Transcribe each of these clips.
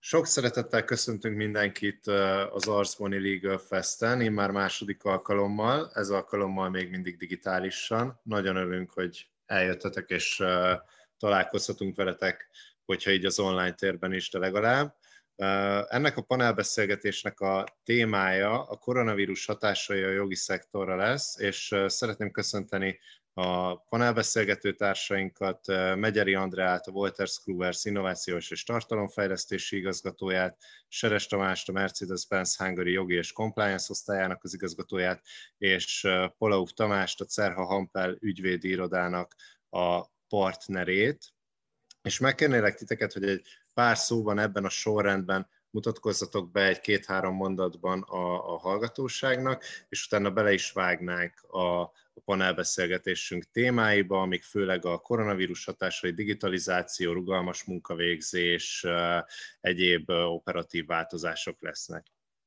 Sok szeretettel köszöntünk mindenkit az Ars Boni Legal Festen, immár második alkalommal, ez alkalommal még mindig digitálisan. Nagyon örülünk, hogy eljöttetek és találkozhatunk veletek, hogyha így az online térben is, de legalább. Ennek a panelbeszélgetésnek a témája a koronavírus hatásai a jogi szektorra lesz, és szeretném köszönteni a panelbeszélgető társainkat, Megyeri Andreát, a Wolters Kluwer innovációs és tartalomfejlesztési igazgatóját, Seres Tamást, a Mercedes-Benz Hungary jogi és compliance osztályának az igazgatóját, és Polauf Tamást, a Cerha Hampel ügyvédi irodának a partnerét. És megkérnélek titeket, hogy egy pár szóban ebben a sorrendben mutatkozzatok be egy 2-3 mondatban a hallgatóságnak, és utána bele is vágnánk a panelbeszélgetésünk témáiba, amik főleg a koronavírus hatásai, digitalizáció, rugalmas munkavégzés, egyéb operatív változások lesznek.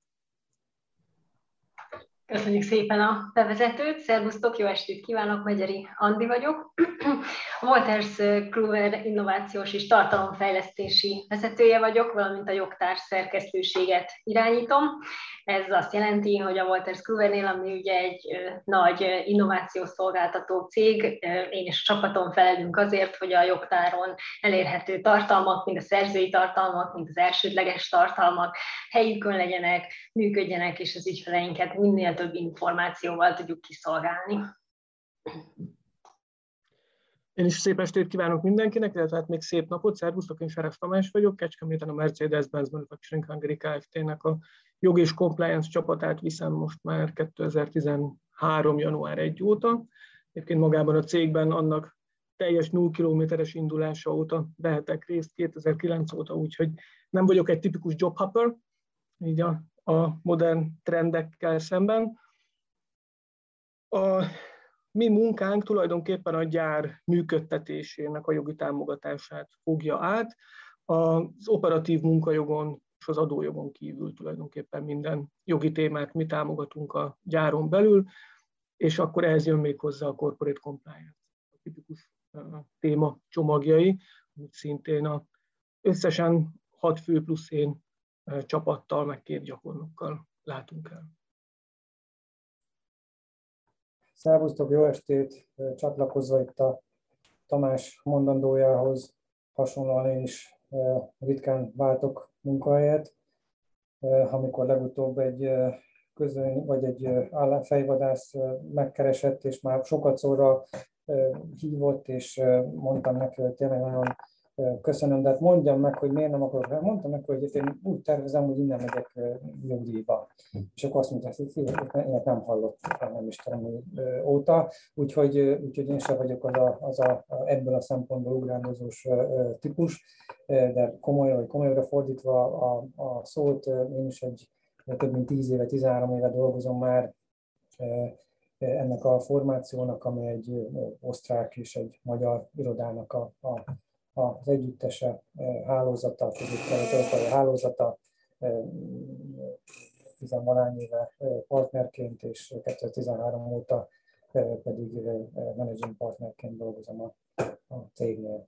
Köszönjük szépen a bevezetőt, szervusztok, jó estét kívánok, Megyeri Andi vagyok. A Wolters Kluwer innovációs és tartalomfejlesztési vezetője vagyok, valamint a jogtárs szerkesztőséget irányítom. Ez azt jelenti, hogy a Wolters Kluwernél, ami ugye egy nagy innovációs szolgáltató cég, én és a csapatom felelünk azért, hogy a jogtáron elérhető tartalmak, mind a szerzői tartalmak, mind az elsődleges tartalmak helyükön legyenek, működjenek, és az ügyfeleinket minél több információval tudjuk kiszolgálni. Én is szép estét kívánok mindenkinek, illetve hát még szép napot. Szervusztok, én Seres Tamás vagyok, Kecskeméten a Mercedes-Benz Manufacturing Hungary Kft-nek a jog és compliance csapatát viszem most már 2013. január 1 óta. Egyébként magában a cégben annak teljes 0 kilométeres indulása óta vehetek részt 2009 óta, úgyhogy nem vagyok egy tipikus jobhopper, így a modern trendekkel szemben. A mi munkánk tulajdonképpen a gyár működtetésének a jogi támogatását fogja át. Az operatív munkajogon és az adójogon kívül tulajdonképpen minden jogi témát mi támogatunk a gyáron belül, és akkor ehhez jön még hozzá a corporate compliance, a tipikus téma csomagjai, úgy szintén összesen 6 fő plusz én csapattal, meg 2 gyakornokkal látunk el. Szervusztok, jó estét! Csatlakozva itt a Tamás mondandójához hasonlóan én is ritkán váltok munkahelyet. Amikor legutóbb egy közöny vagy egy fejvadász megkeresett, és már sokat szóra hívott, és mondtam neki, hogy tényleg nagyon köszönöm, de hát mondjam meg, hogy miért nem akarok. Mondtam neki, hogy én úgy tervezem, hogy innen megyek nyugdíjba. És akkor azt mondta, hogy én nem hallott, nem is tudom óta. Úgyhogy én sem vagyok ebből a szempontból ugrándozós típus, de komolyra fordítva a szót, én is több mint 10 éve, 13 éve dolgozom már ennek a formációnak, ami egy osztrák és egy magyar irodának az együttese, hálózata, közép-kelet-európai hálózata, 10-valány éve partnerként, és 2013 óta pedig managing partnerként dolgozom a cégnél.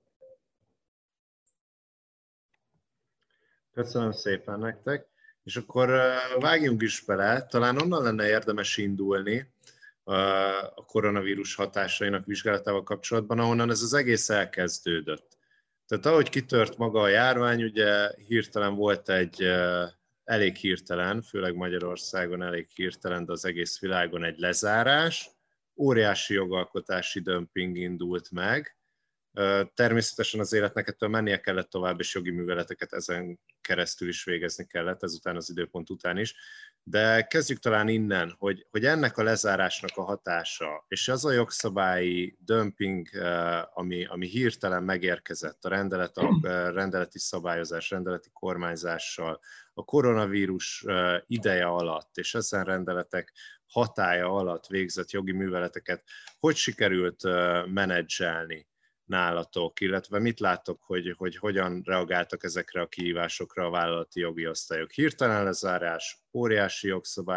Köszönöm szépen nektek, és akkor vágjunk is bele, talán onnan lenne érdemes indulni a koronavírus hatásainak vizsgálatával kapcsolatban, ahonnan ez az egész elkezdődött. Tehát ahogy kitört maga a járvány, ugye hirtelen volt elég hirtelen, főleg Magyarországon elég hirtelen, de az egész világon egy lezárás, óriási jogalkotási dömping indult meg. Természetesen az életnek ettől mennie kellett tovább, és jogi műveleteket ezen keresztül is végezni kellett, ezután az időpont után is. De kezdjük talán innen, hogy ennek a lezárásnak a hatása, és az a jogszabályi dömping, ami hirtelen megérkezett a rendeleti szabályozás, rendeleti kormányzással, a koronavírus ideje alatt, és ezen rendeletek hatálya alatt végzett jogi műveleteket, hogy sikerült menedzselni nálatok, illetve mit láttok, hogy hogyan reagáltak ezekre a kihívásokra a vállalati jogi osztályok? Hirtelen lezárás, óriási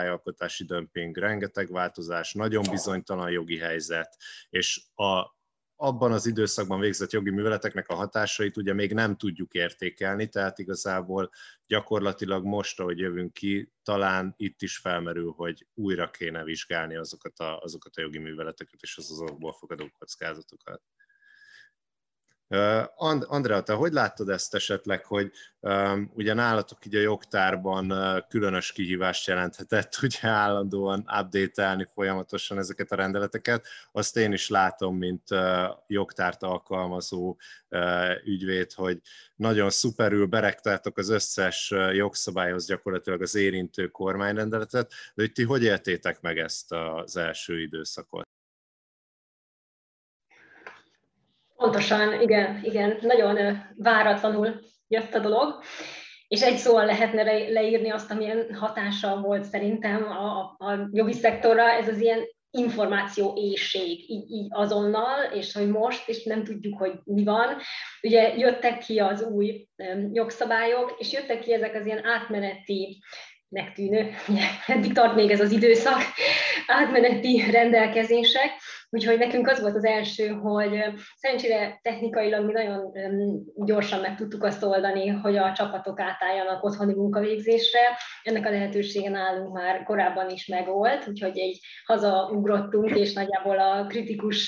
jogszabályalkotási dömping, rengeteg változás, nagyon bizonytalan jogi helyzet, és a abban az időszakban végzett jogi műveleteknek a hatásait ugye még nem tudjuk értékelni, tehát igazából gyakorlatilag most, ahogy jövünk ki, talán itt is felmerül, hogy újra kéne vizsgálni azokat a jogi műveleteket és az azokból fakadó kockázatokat. Andrea, te hogy láttad ezt esetleg, hogy ugye nálatok így a jogtárban különös kihívást jelenthetett, ugye állandóan update-elni folyamatosan ezeket a rendeleteket. Azt én is látom, mint jogtárt alkalmazó ügyvéd, hogy nagyon szuperül beregtátok az összes jogszabályhoz gyakorlatilag az érintő kormányrendeletet, de hogy ti hogy éltétek meg ezt az első időszakot? Pontosan, igen, nagyon váratlanul jött a dolog, és egy szóval lehetne leírni azt, amilyen hatással volt szerintem a jogi szektorra, ez az ilyen információ éhség, így azonnal, és hogy most, és nem tudjuk, hogy mi van. Ugye jöttek ki az új jogszabályok, és jöttek ki ezek az ilyen átmeneti, megtűnő, eddig tart még ez az időszak, átmeneti rendelkezések, úgyhogy nekünk az volt az első, hogy szerencsére technikailag mi nagyon gyorsan meg tudtuk azt oldani, hogy a csapatok átálljanak otthoni munkavégzésre. Ennek a lehetősége nálunk már korábban is megvolt, úgyhogy így hazaugrottunk, és nagyjából a kritikus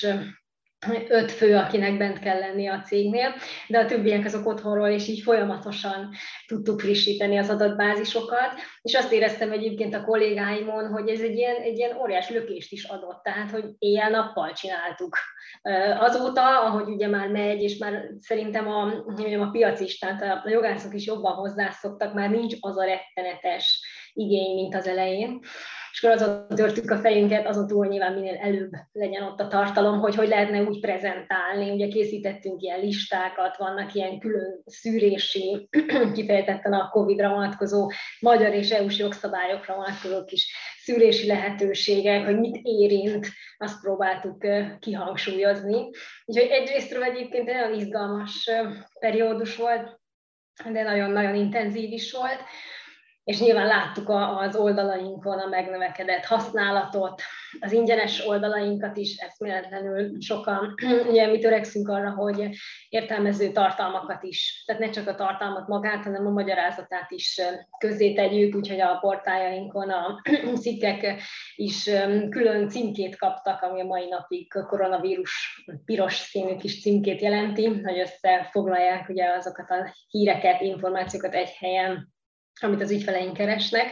5 fő, akinek bent kell lenni a cégnél, de a többiek azok otthonról, és így folyamatosan tudtuk frissíteni az adatbázisokat, és azt éreztem egyébként a kollégáimon, hogy ez egy ilyen óriás lökést is adott, tehát hogy éjjel-nappal csináltuk. Azóta, ahogy ugye már megy, és már szerintem a piac is, tehát a jogászok is jobban hozzászoktak, már nincs az a rettenetes igény, mint az elején. És akkor azon törtük a fejünket, azon túl nyilván minél előbb legyen ott a tartalom, hogy lehetne úgy prezentálni. Ugye készítettünk ilyen listákat, vannak ilyen külön szűrési, kifejezetten a Covid-ra vonatkozó magyar és EU-s jogszabályokra vonatkozó kis szűrési lehetőségek, hogy mit érint, azt próbáltuk kihangsúlyozni. Úgyhogy egyrésztről egyébként egy nagyon izgalmas periódus volt, de nagyon-nagyon intenzív is volt. És nyilván láttuk az oldalainkon a megnövekedett használatot, az ingyenes oldalainkat is eszméletlenül sokan. Ugye mi törekszünk arra, hogy értelmező tartalmakat is, tehát ne csak a tartalmat magát, hanem a magyarázatát is közzétegyük, úgyhogy a portáljainkon a cikkek is külön címkét kaptak, ami a mai napig a koronavírus piros színű kis címkét jelenti, hogy összefoglalják ugye azokat a híreket, információkat egy helyen, amit az ügyfeleink keresnek.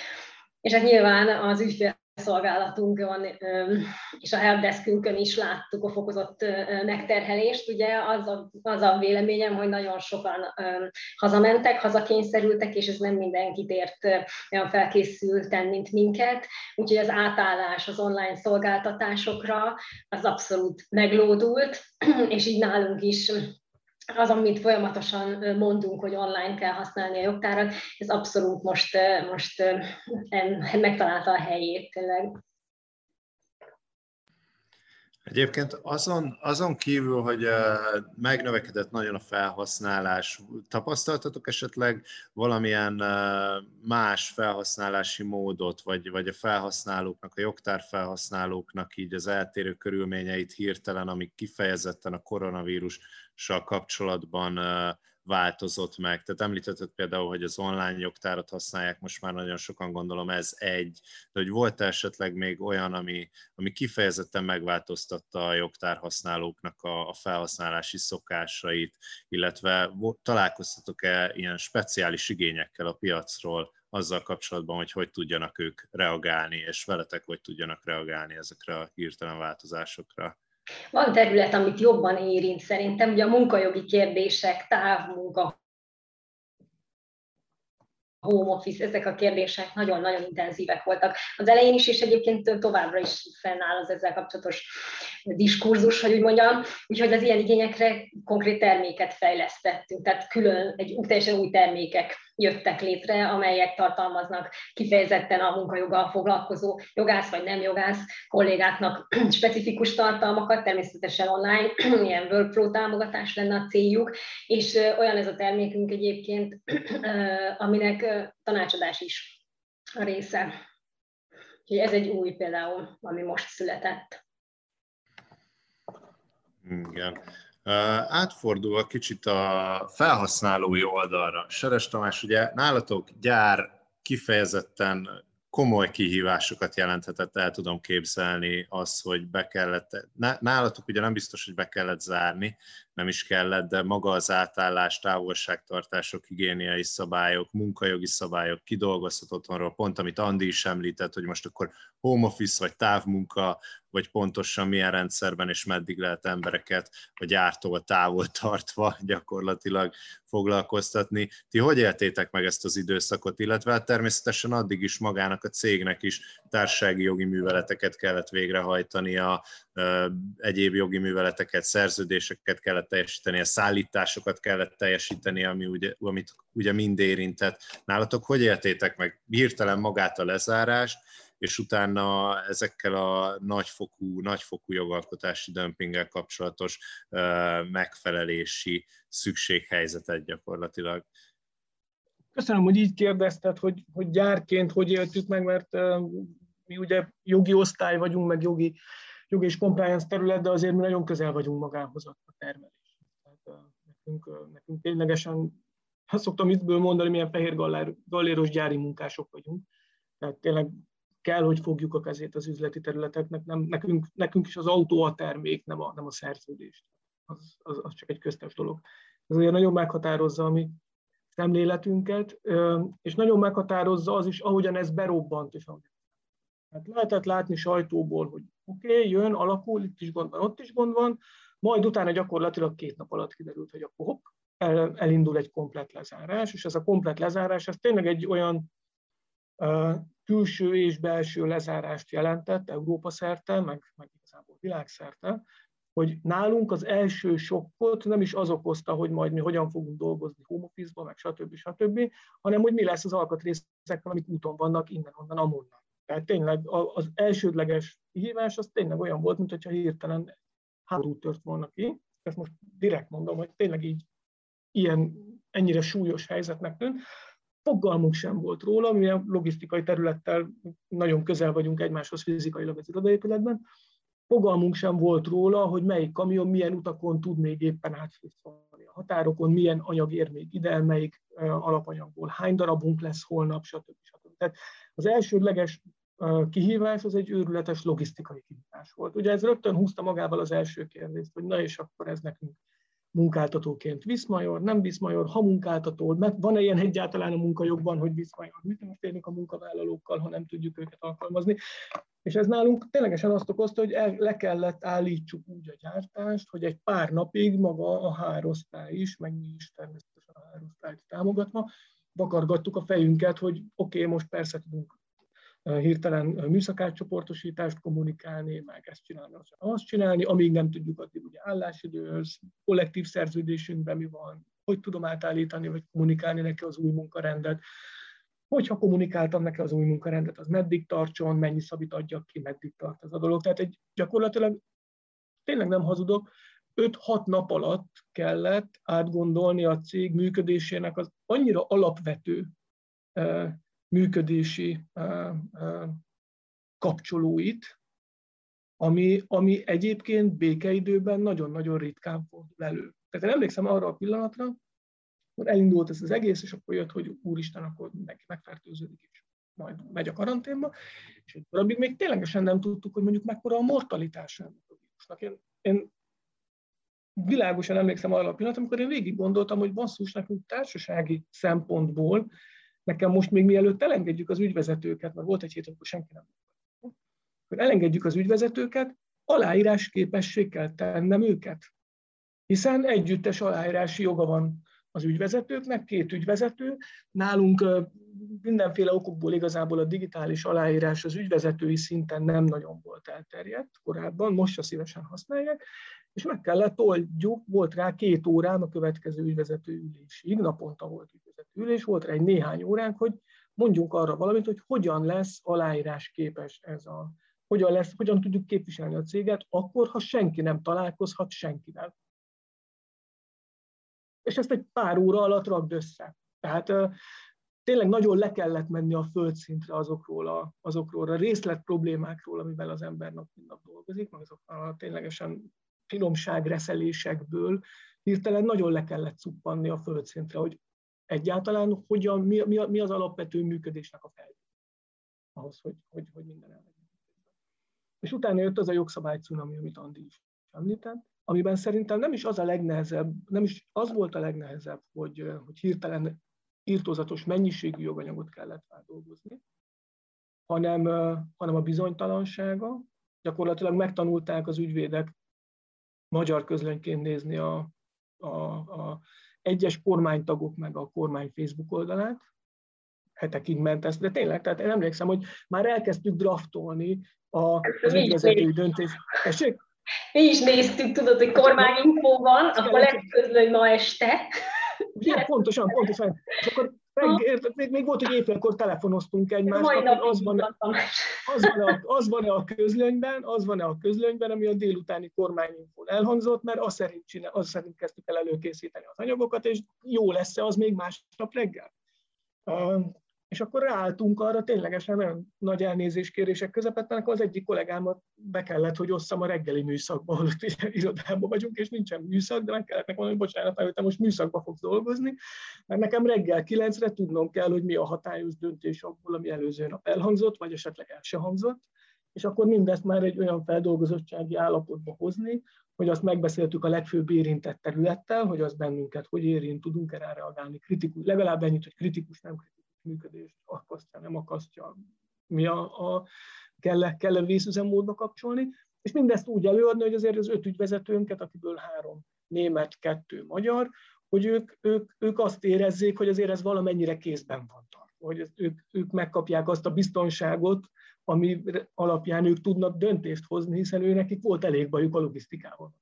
És hát nyilván az ügyfélszolgálatunkon és a helpdeskünkön is láttuk a fokozott megterhelést. Ugye az a véleményem, hogy nagyon sokan hazamentek, hazakényszerültek, és ez nem mindenkit ért olyan felkészülten, mint minket. Úgyhogy az átállás az online szolgáltatásokra az abszolút meglódult, és így nálunk is az, amit folyamatosan mondunk, hogy online kell használni a jogtárat, ez abszolút most megtalálta a helyét tényleg. Egyébként azon kívül, hogy megnövekedett nagyon a felhasználás, tapasztaltatok esetleg valamilyen más felhasználási módot, vagy a felhasználóknak, a jogtár felhasználóknak így az eltérő körülményeit hirtelen, amik kifejezetten a koronavírussal kapcsolatban változott meg. Tehát említetted például, hogy az online jogtárat használják most már nagyon sokan, gondolom ez egy, de hogy volt esetleg még olyan, ami kifejezetten megváltoztatta a jogtár használóknak a felhasználási szokásait, illetve találkoztatok-e ilyen speciális igényekkel a piacról azzal kapcsolatban, hogy tudjanak ők reagálni, és veletek hogy tudjanak reagálni ezekre a hirtelen változásokra? Van terület, amit jobban érint szerintem, ugye a munkajogi kérdések, távmunka, home office, ezek a kérdések nagyon-nagyon intenzívek voltak az elején is, és egyébként továbbra is fennáll az ezzel kapcsolatos diskurzus, hogy úgy mondjam. Úgyhogy az ilyen igényekre konkrét terméket fejlesztettünk, tehát külön teljesen új termékek jöttek létre, amelyek tartalmaznak kifejezetten a munkajoggal foglalkozó jogász vagy nem jogász kollégáknak specifikus tartalmakat, természetesen online, ilyen workflow támogatás lenne a céljuk, és olyan ez a termékünk egyébként, aminek tanácsadás is a része. Úgyhogy ez egy új például, ami most született. Igen. Átfordulva kicsit a felhasználói oldalra. Seres Tamás, ugye nálatok gyár kifejezetten komoly kihívásokat jelenthetett, el tudom képzelni az, hogy be kellett, nálatok ugye nem biztos, hogy be kellett zárni, nem is kellett, de maga az átállás, távolságtartások, higiéniai szabályok, munkajogi szabályok, kidolgozhat otthonról, pont amit Andi is említett, hogy most akkor home office vagy távmunka, vagy pontosan milyen rendszerben és meddig lehet embereket a gyártól távol tartva gyakorlatilag foglalkoztatni. Ti hogy éltétek meg ezt az időszakot, illetve hát természetesen addig is magának a cégnek is társasági jogi műveleteket kellett végrehajtania, egyéb jogi műveleteket, szerződéseket kellett teljesíteni, a szállításokat kellett teljesíteni, amit ugye mind érintett. Nálatok hogy éltétek meg hirtelen magát a lezárást, és utána ezekkel a nagyfokú jogalkotási dömpinggel kapcsolatos megfelelési szükséghelyzetet gyakorlatilag? Köszönöm, hogy így kérdezted, hogy gyárként hogy éltük meg, mert mi ugye jogi osztály vagyunk, meg jogi és compliance terület, de azért mi nagyon közel vagyunk magához a termeléshez. Tehát nekünk ténylegesen, azt szoktam ittből mondani, milyen fehér galléros gyári munkások vagyunk. Tehát tényleg kell, hogy fogjuk a kezét az üzleti területeknek, nekünk is az autó a termék, nem a szerződés. Az csak egy köztes dolog. Ez azért nagyon meghatározza a mi szemléletünket, és nagyon meghatározza az is, ahogyan ez berobbant. Hát lehetett látni sajtóból, hogy oké, jön, alakul, itt is gond van, ott is gond van, majd utána gyakorlatilag 2 nap alatt kiderült, hogy akkor hopp, elindul egy komplett lezárás, és ez a komplett lezárás, ez tényleg egy olyan külső és belső lezárást jelentett Európa szerte, meg igazából világszerte, hogy nálunk az első sokkot nem is az okozta, hogy majd mi hogyan fogunk dolgozni home office-ba, meg stb., hanem hogy mi lesz az alkatrészekkel, amik úton vannak innen, onnan, amonnan. Tehát tényleg az elsődleges kihívás az tényleg olyan volt, mintha hirtelen háború tört volna ki. Ezt most direkt mondom, hogy tényleg így ennyire súlyos helyzetnek tűnt. Fogalmunk sem volt róla, mi a logisztikai területtel nagyon közel vagyunk egymáshoz fizikailag az irodaépületben. Fogalmunk sem volt róla, hogy melyik kamion milyen utakon tud még éppen átfészolni a határokon, milyen anyag ér még ide, melyik alapanyagból hány darabunk lesz holnap, stb. Tehát az elsődleges kihívás az egy őrületes logisztikai kihívás volt. Ugye ez rögtön húzta magával az első kérdést, hogy na és akkor ez nekünk munkáltatóként viszmajor, nem viszmajor, ha munkáltató, mert van-e ilyen egyáltalán a munkajogban, hogy viszmajor, mit történik a munkavállalókkal, ha nem tudjuk őket alkalmazni. És ez nálunk ténylegesen azt okozta, hogy le kellett állítsuk úgy a gyártást, hogy egy pár napig maga a HR-osztály is, meg mi is természetesen a HR-osztályt támogatva, vakargattuk a fejünket, hogy oké, most persze tudunk hirtelen műszakátcsoportosítást kommunikálni, meg ezt csinálni, azt csinálni, amíg nem tudjuk, addig ugye állásidőhöz, kollektív szerződésünkben mi van, hogy tudom átállítani, vagy kommunikálni neki az új munkarendet. Hogyha kommunikáltam neki az új munkarendet, az meddig tartson, mennyi szabit adjak ki, meddig tart ez a dolog. Tehát gyakorlatilag, tényleg nem hazudok, 5-6 nap alatt kellett átgondolni a cég működésének az annyira alapvető működési kapcsolóit, ami egyébként békeidőben nagyon-nagyon ritkán fordul elő. Tehát én emlékszem arra a pillanatra, hogy elindult ez az egész, és akkor jött, hogy úristen, akkor mindenki megfertőződik, és majd megy a karanténba, és egy darabig még ténylegesen nem tudtuk, hogy mondjuk mekkora a mortalitás ennek a vírusnak. Én világosan emlékszem arra a pillanatra, amikor én végig gondoltam, hogy basszus, nekünk társasági szempontból nekem most még mielőtt elengedjük az ügyvezetőket, mert volt egy hét, amikor senki nem volt, hogy elengedjük az ügyvezetőket, aláírásképessé kell tennem őket. Hiszen együttes aláírási joga van az ügyvezetőknek, 2 ügyvezető. Nálunk mindenféle okokból igazából a digitális aláírás az ügyvezetői szinten nem nagyon volt elterjedt korábban, most se szívesen használják, és meg kellett oldjuk, volt rá 2 órán a következő ügyvezető ülésig, naponta volt ügyvezető ülés, volt rá egy néhány óránk, hogy mondjunk arra valamit, hogy hogyan lesz aláírásképes ez hogyan tudjuk képviselni a céget, akkor, ha senki nem találkozhat senkivel. És ezt egy pár óra alatt rakd össze. Tehát tényleg nagyon le kellett menni a földszintre azokról a részlet problémákról, amivel az ember nap mint nap dolgozik, meg azokról a ténylegesen finomságreszelésekből hirtelen nagyon le kellett cuppanni a földszintre, hogy egyáltalán mi az alapvető működésnek a feltétele ahhoz, hogy minden ellegyen. És utána jött az a jogszabálycunami, amit Andi is említett, amiben szerintem nem is az volt a legnehezebb, hogy hirtelen irtózatos mennyiségű joganyagot kellett feldolgozni, hanem a bizonytalansága. Gyakorlatilag megtanulták az ügyvédek magyar közlönyként nézni a egyes kormánytagok meg a kormány Facebook oldalát. Hetekig ment ez, de tényleg, tehát én emlékszem, hogy már elkezdtük draftolni az ügyvezetői döntés. Essék? Mi is néztük, tudod, hogy kormányinfó van, akkor legközlöny ma este. Ja, pontosan. És akkor még volt, hogy éjfélkor telefonoztunk egymásnak, hogy az van-e a közlönyben, ami a délutáni kormányinfón elhangzott, mert az szerint kezdtük el előkészíteni az anyagokat, és jó lesz-e az még másnap reggel. És akkor ráálltunk arra ténylegesen nagyon nagy elnézéskérések közepette, akkor az egyik kollégámat be kellett, hogy osszam a reggeli műszakba, ahol irodában vagyunk, és nincsen műszak, de meg kellett nekem mondani, hogy bocsánat, te most műszakba fogsz dolgozni, mert nekem reggel 9-re tudnom kell, hogy mi a hatályos döntés abból, ami előző nap elhangzott, vagy esetleg el se hangzott, és akkor mindezt már egy olyan feldolgozottsági állapotba hozni, hogy azt megbeszéltük a legfőbb érintett területtel, hogy az bennünket hogy érint, tudunk erre reagálni, kritikus, legalább ennyit, hogy kritikus, nem kritikus működést akasztja, nem akasztja, kell-e vészüzemmódba kapcsolni, és mindezt úgy előadni, hogy azért az 5 ügyvezetőnket, akiből 3 német, 2 magyar, hogy ők azt érezzék, hogy azért ez valamennyire kézben van tartva, hogy ők megkapják azt a biztonságot, ami alapján ők tudnak döntést hozni, hiszen nekik volt elég bajuk a logisztikával.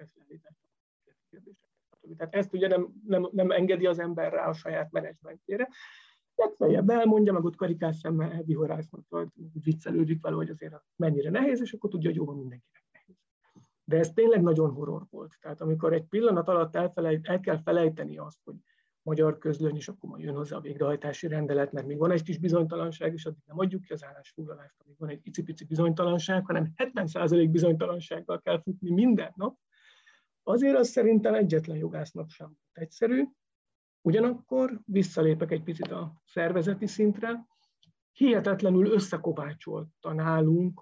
Tehát ezt ugye nem engedi az ember rá a saját menedzsmentjére. Legfeljebb elmondja, meg ott karikás szemmel elvihorásznak, viccelődik vele, hogy azért mennyire nehéz, és akkor tudja, hogy jó, mindenkinek nehéz. De ez tényleg nagyon horror volt. Tehát amikor egy pillanat alatt el kell felejteni azt, hogy magyar közlöny, és akkor majd jön hozzá a végrehajtási rendelet, mert még van egy kis bizonytalanság, és addig nem adjuk ki az állásfoglalást, amíg van egy icipici bizonytalanság, hanem 70% bizonytalansággal kell futni minden nap. Azért az szerintem egyetlen jogásznak sem egyszerű. Ugyanakkor visszalépek egy picit a szervezeti szintre, hihetetlenül összekovácsolta nálunk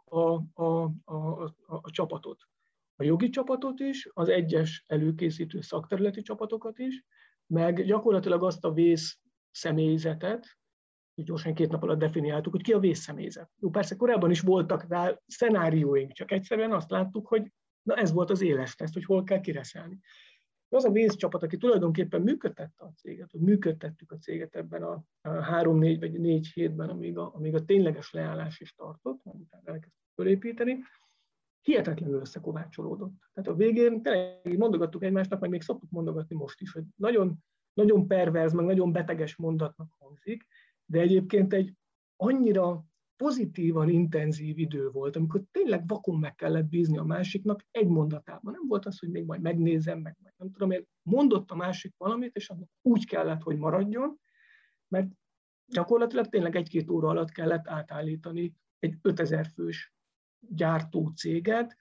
a csapatot. A jogi csapatot is, az egyes előkészítő szakterületi csapatokat is, meg gyakorlatilag azt a vészszemélyzetet, így gyorsan 2 nap alatt definiáltuk, hogy ki a vészszemélyzet. Jó, persze korábban is voltak rá szenárióink, csak egyszerűen azt láttuk, hogy na ez volt az éles teszt, hogy hol kell kireszelni. Az a vészcsapat, aki tulajdonképpen működtette a céget, hogy működtettük a céget ebben a 3-4 vagy 4 hétben, amíg a tényleges leállás is tartott, utána elkezdtük fölépíteni, hihetetlenül összekovácsolódott. Tehát a végén tényleg mondogattuk egymásnak, meg még szoktuk mondogatni most is, hogy nagyon, nagyon perverz, meg nagyon beteges mondatnak hangzik, de egyébként egy annyira pozitívan intenzív idő volt, amikor tényleg vakon meg kellett bízni a másiknak egy mondatában. Nem volt az, hogy még majd megnézem, meg majd nem tudom, mert mondott a másik valamit, és annak úgy kellett, hogy maradjon, mert gyakorlatilag tényleg 1-2 óra alatt kellett átállítani egy 5000 fős gyártó céget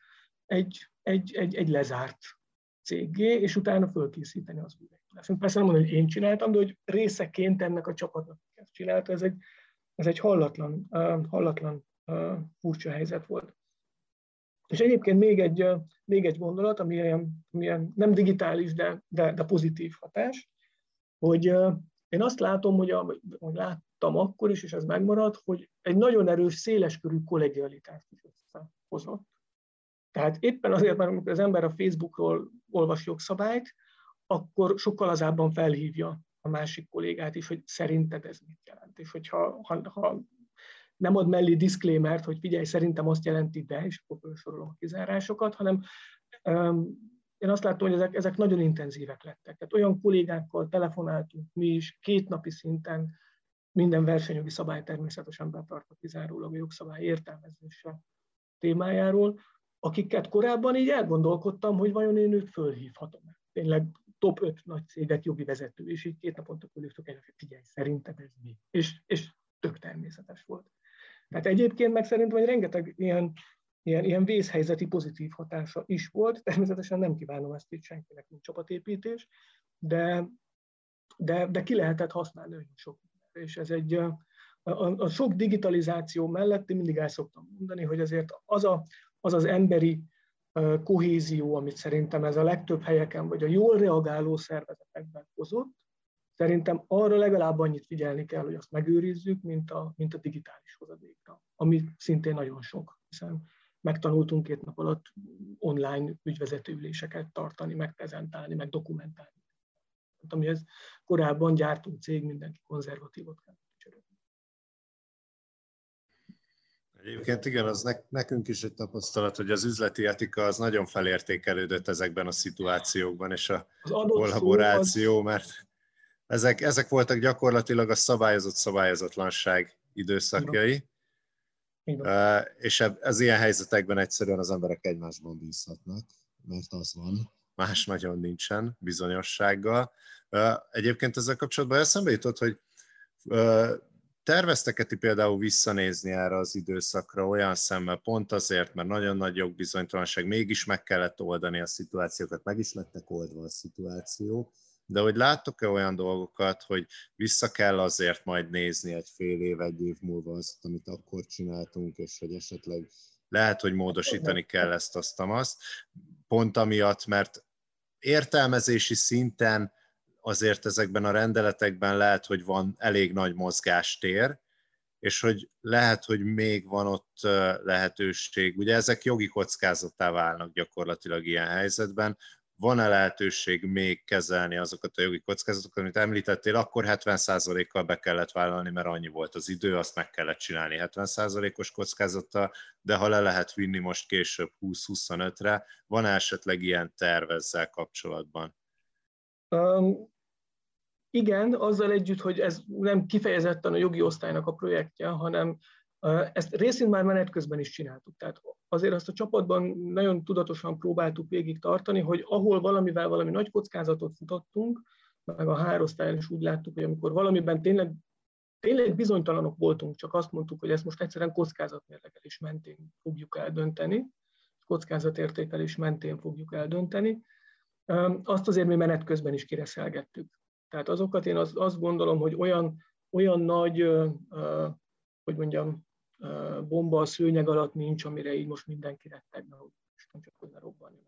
egy lezárt céggé, és utána fölkészíteni az újraindulást. Persze nem mondom, hogy én csináltam, de hogy részeként ennek a csapatnak ezt csinálta, ez egy hallatlan furcsa helyzet volt. És egyébként még egy gondolat, ami ilyen nem digitális, de pozitív hatás, hogy én azt látom, hogy láttam akkor is, és ez megmaradt, hogy egy nagyon erős, széleskörű kollegialitást is összehozott. Tehát éppen azért, mert amikor az ember a Facebookról olvas jogszabályt, akkor sokkal lazábban felhívja a másik kollégát is, hogy szerinted ez mit jelent. És hogyha nem ad mellé disclaimert, hogy figyelj, szerintem azt jelenti de, és akkor felsorolom a kizárásokat, hanem én azt látom, hogy ezek nagyon intenzívek lettek. Tehát olyan kollégákkal telefonáltunk mi is 2 napi szinten, minden versenyjogi szabály természetesen betartva kizárólag a jogszabály értelmezése témájáról, akiket korábban így elgondolkodtam, hogy vajon én őt fölhívhatom. Tényleg top 5 nagy cégek jogi vezető, és így 2 naponta fölhívtuk egyet, hogy figyelj, szerinted ez mi? És tök természetes volt. Tehát egyébként meg szerintem, hogy rengeteg ilyen ilyen vészhelyzeti pozitív hatása is volt. Természetesen nem kívánom ezt itt senkinek, mint csapatépítés, de ki lehetett használni nagyon sok. És ez a sok digitalizáció mellett én mindig el szoktam mondani, hogy azért az emberi kohézió, amit szerintem ez a legtöbb helyeken, vagy a jól reagáló szervezetekben hozott, szerintem arra legalább annyit figyelni kell, hogy azt megőrizzük, mint a digitális hozadékra, ami szintén nagyon sok, hiszen megtanultunk 2 nap alatt online ügyvezető üléseket tartani, megprezentálni, meg dokumentálni. Amihez korábban gyártó cég, mindenki konzervatívot kell cserélni. Egyébként igen, az nekünk is egy tapasztalat, hogy az üzleti etika az nagyon felértékelődött ezekben a szituációkban, és a kollaboráció, mert ezek voltak gyakorlatilag a szabályozatlanság időszakjai, és az ilyen helyzetekben egyszerűen az emberek egymásban bízhatnak, mert az van, más nagyon nincsen bizonyossággal. Egyébként ezzel kapcsolatban eszembe jutott, hogy terveztek-e ti például visszanézni erre az időszakra olyan szemmel, pont azért, mert nagyon nagy jogbizonytalanság, mégis meg kellett oldani a szituációkat, meg is lettek oldva a szituációk, de hogy láttok-e olyan dolgokat, hogy vissza kell azért majd nézni egy fél év, egy év múlva azt, amit akkor csináltunk, és hogy esetleg lehet, hogy módosítani kell azt, pont amiatt, mert értelmezési szinten azért ezekben a rendeletekben lehet, hogy van elég nagy mozgástér, és hogy lehet, hogy még van ott lehetőség. Ugye ezek jogi kockázattá válnak gyakorlatilag ilyen helyzetben. Van-e lehetőség még kezelni azokat a jogi kockázatokat, amit említettél, akkor 70%-kal be kellett vállalni, mert annyi volt az idő, azt meg kellett csinálni 70%-os kockázattal, de ha le lehet vinni most később 20-25-re, van esetleg ilyen terv ezzel kapcsolatban? Igen, azzal együtt, hogy ez nem kifejezetten a jogi osztálynak a projektje, hanem ezt részint már menet közben is csináltuk. Tehát azért azt a csapatban nagyon tudatosan próbáltuk végig tartani, hogy ahol valami nagy kockázatot futottunk, meg a HR-osztályon is úgy láttuk, hogy amikor valamiben tényleg bizonytalanok voltunk, csak azt mondtuk, hogy ezt most egyszerűen kockázatmérlegelés mentén fogjuk eldönteni, kockázatértékelés mentén fogjuk eldönteni, azt azért mi menet közben is kireszelgettük. Tehát azokat én azt gondolom, hogy olyan nagy, hogy mondjam, bomba a szőnyeg alatt nincs, amire így most mindenki rettegne, hogy most csak hozzá robbanni.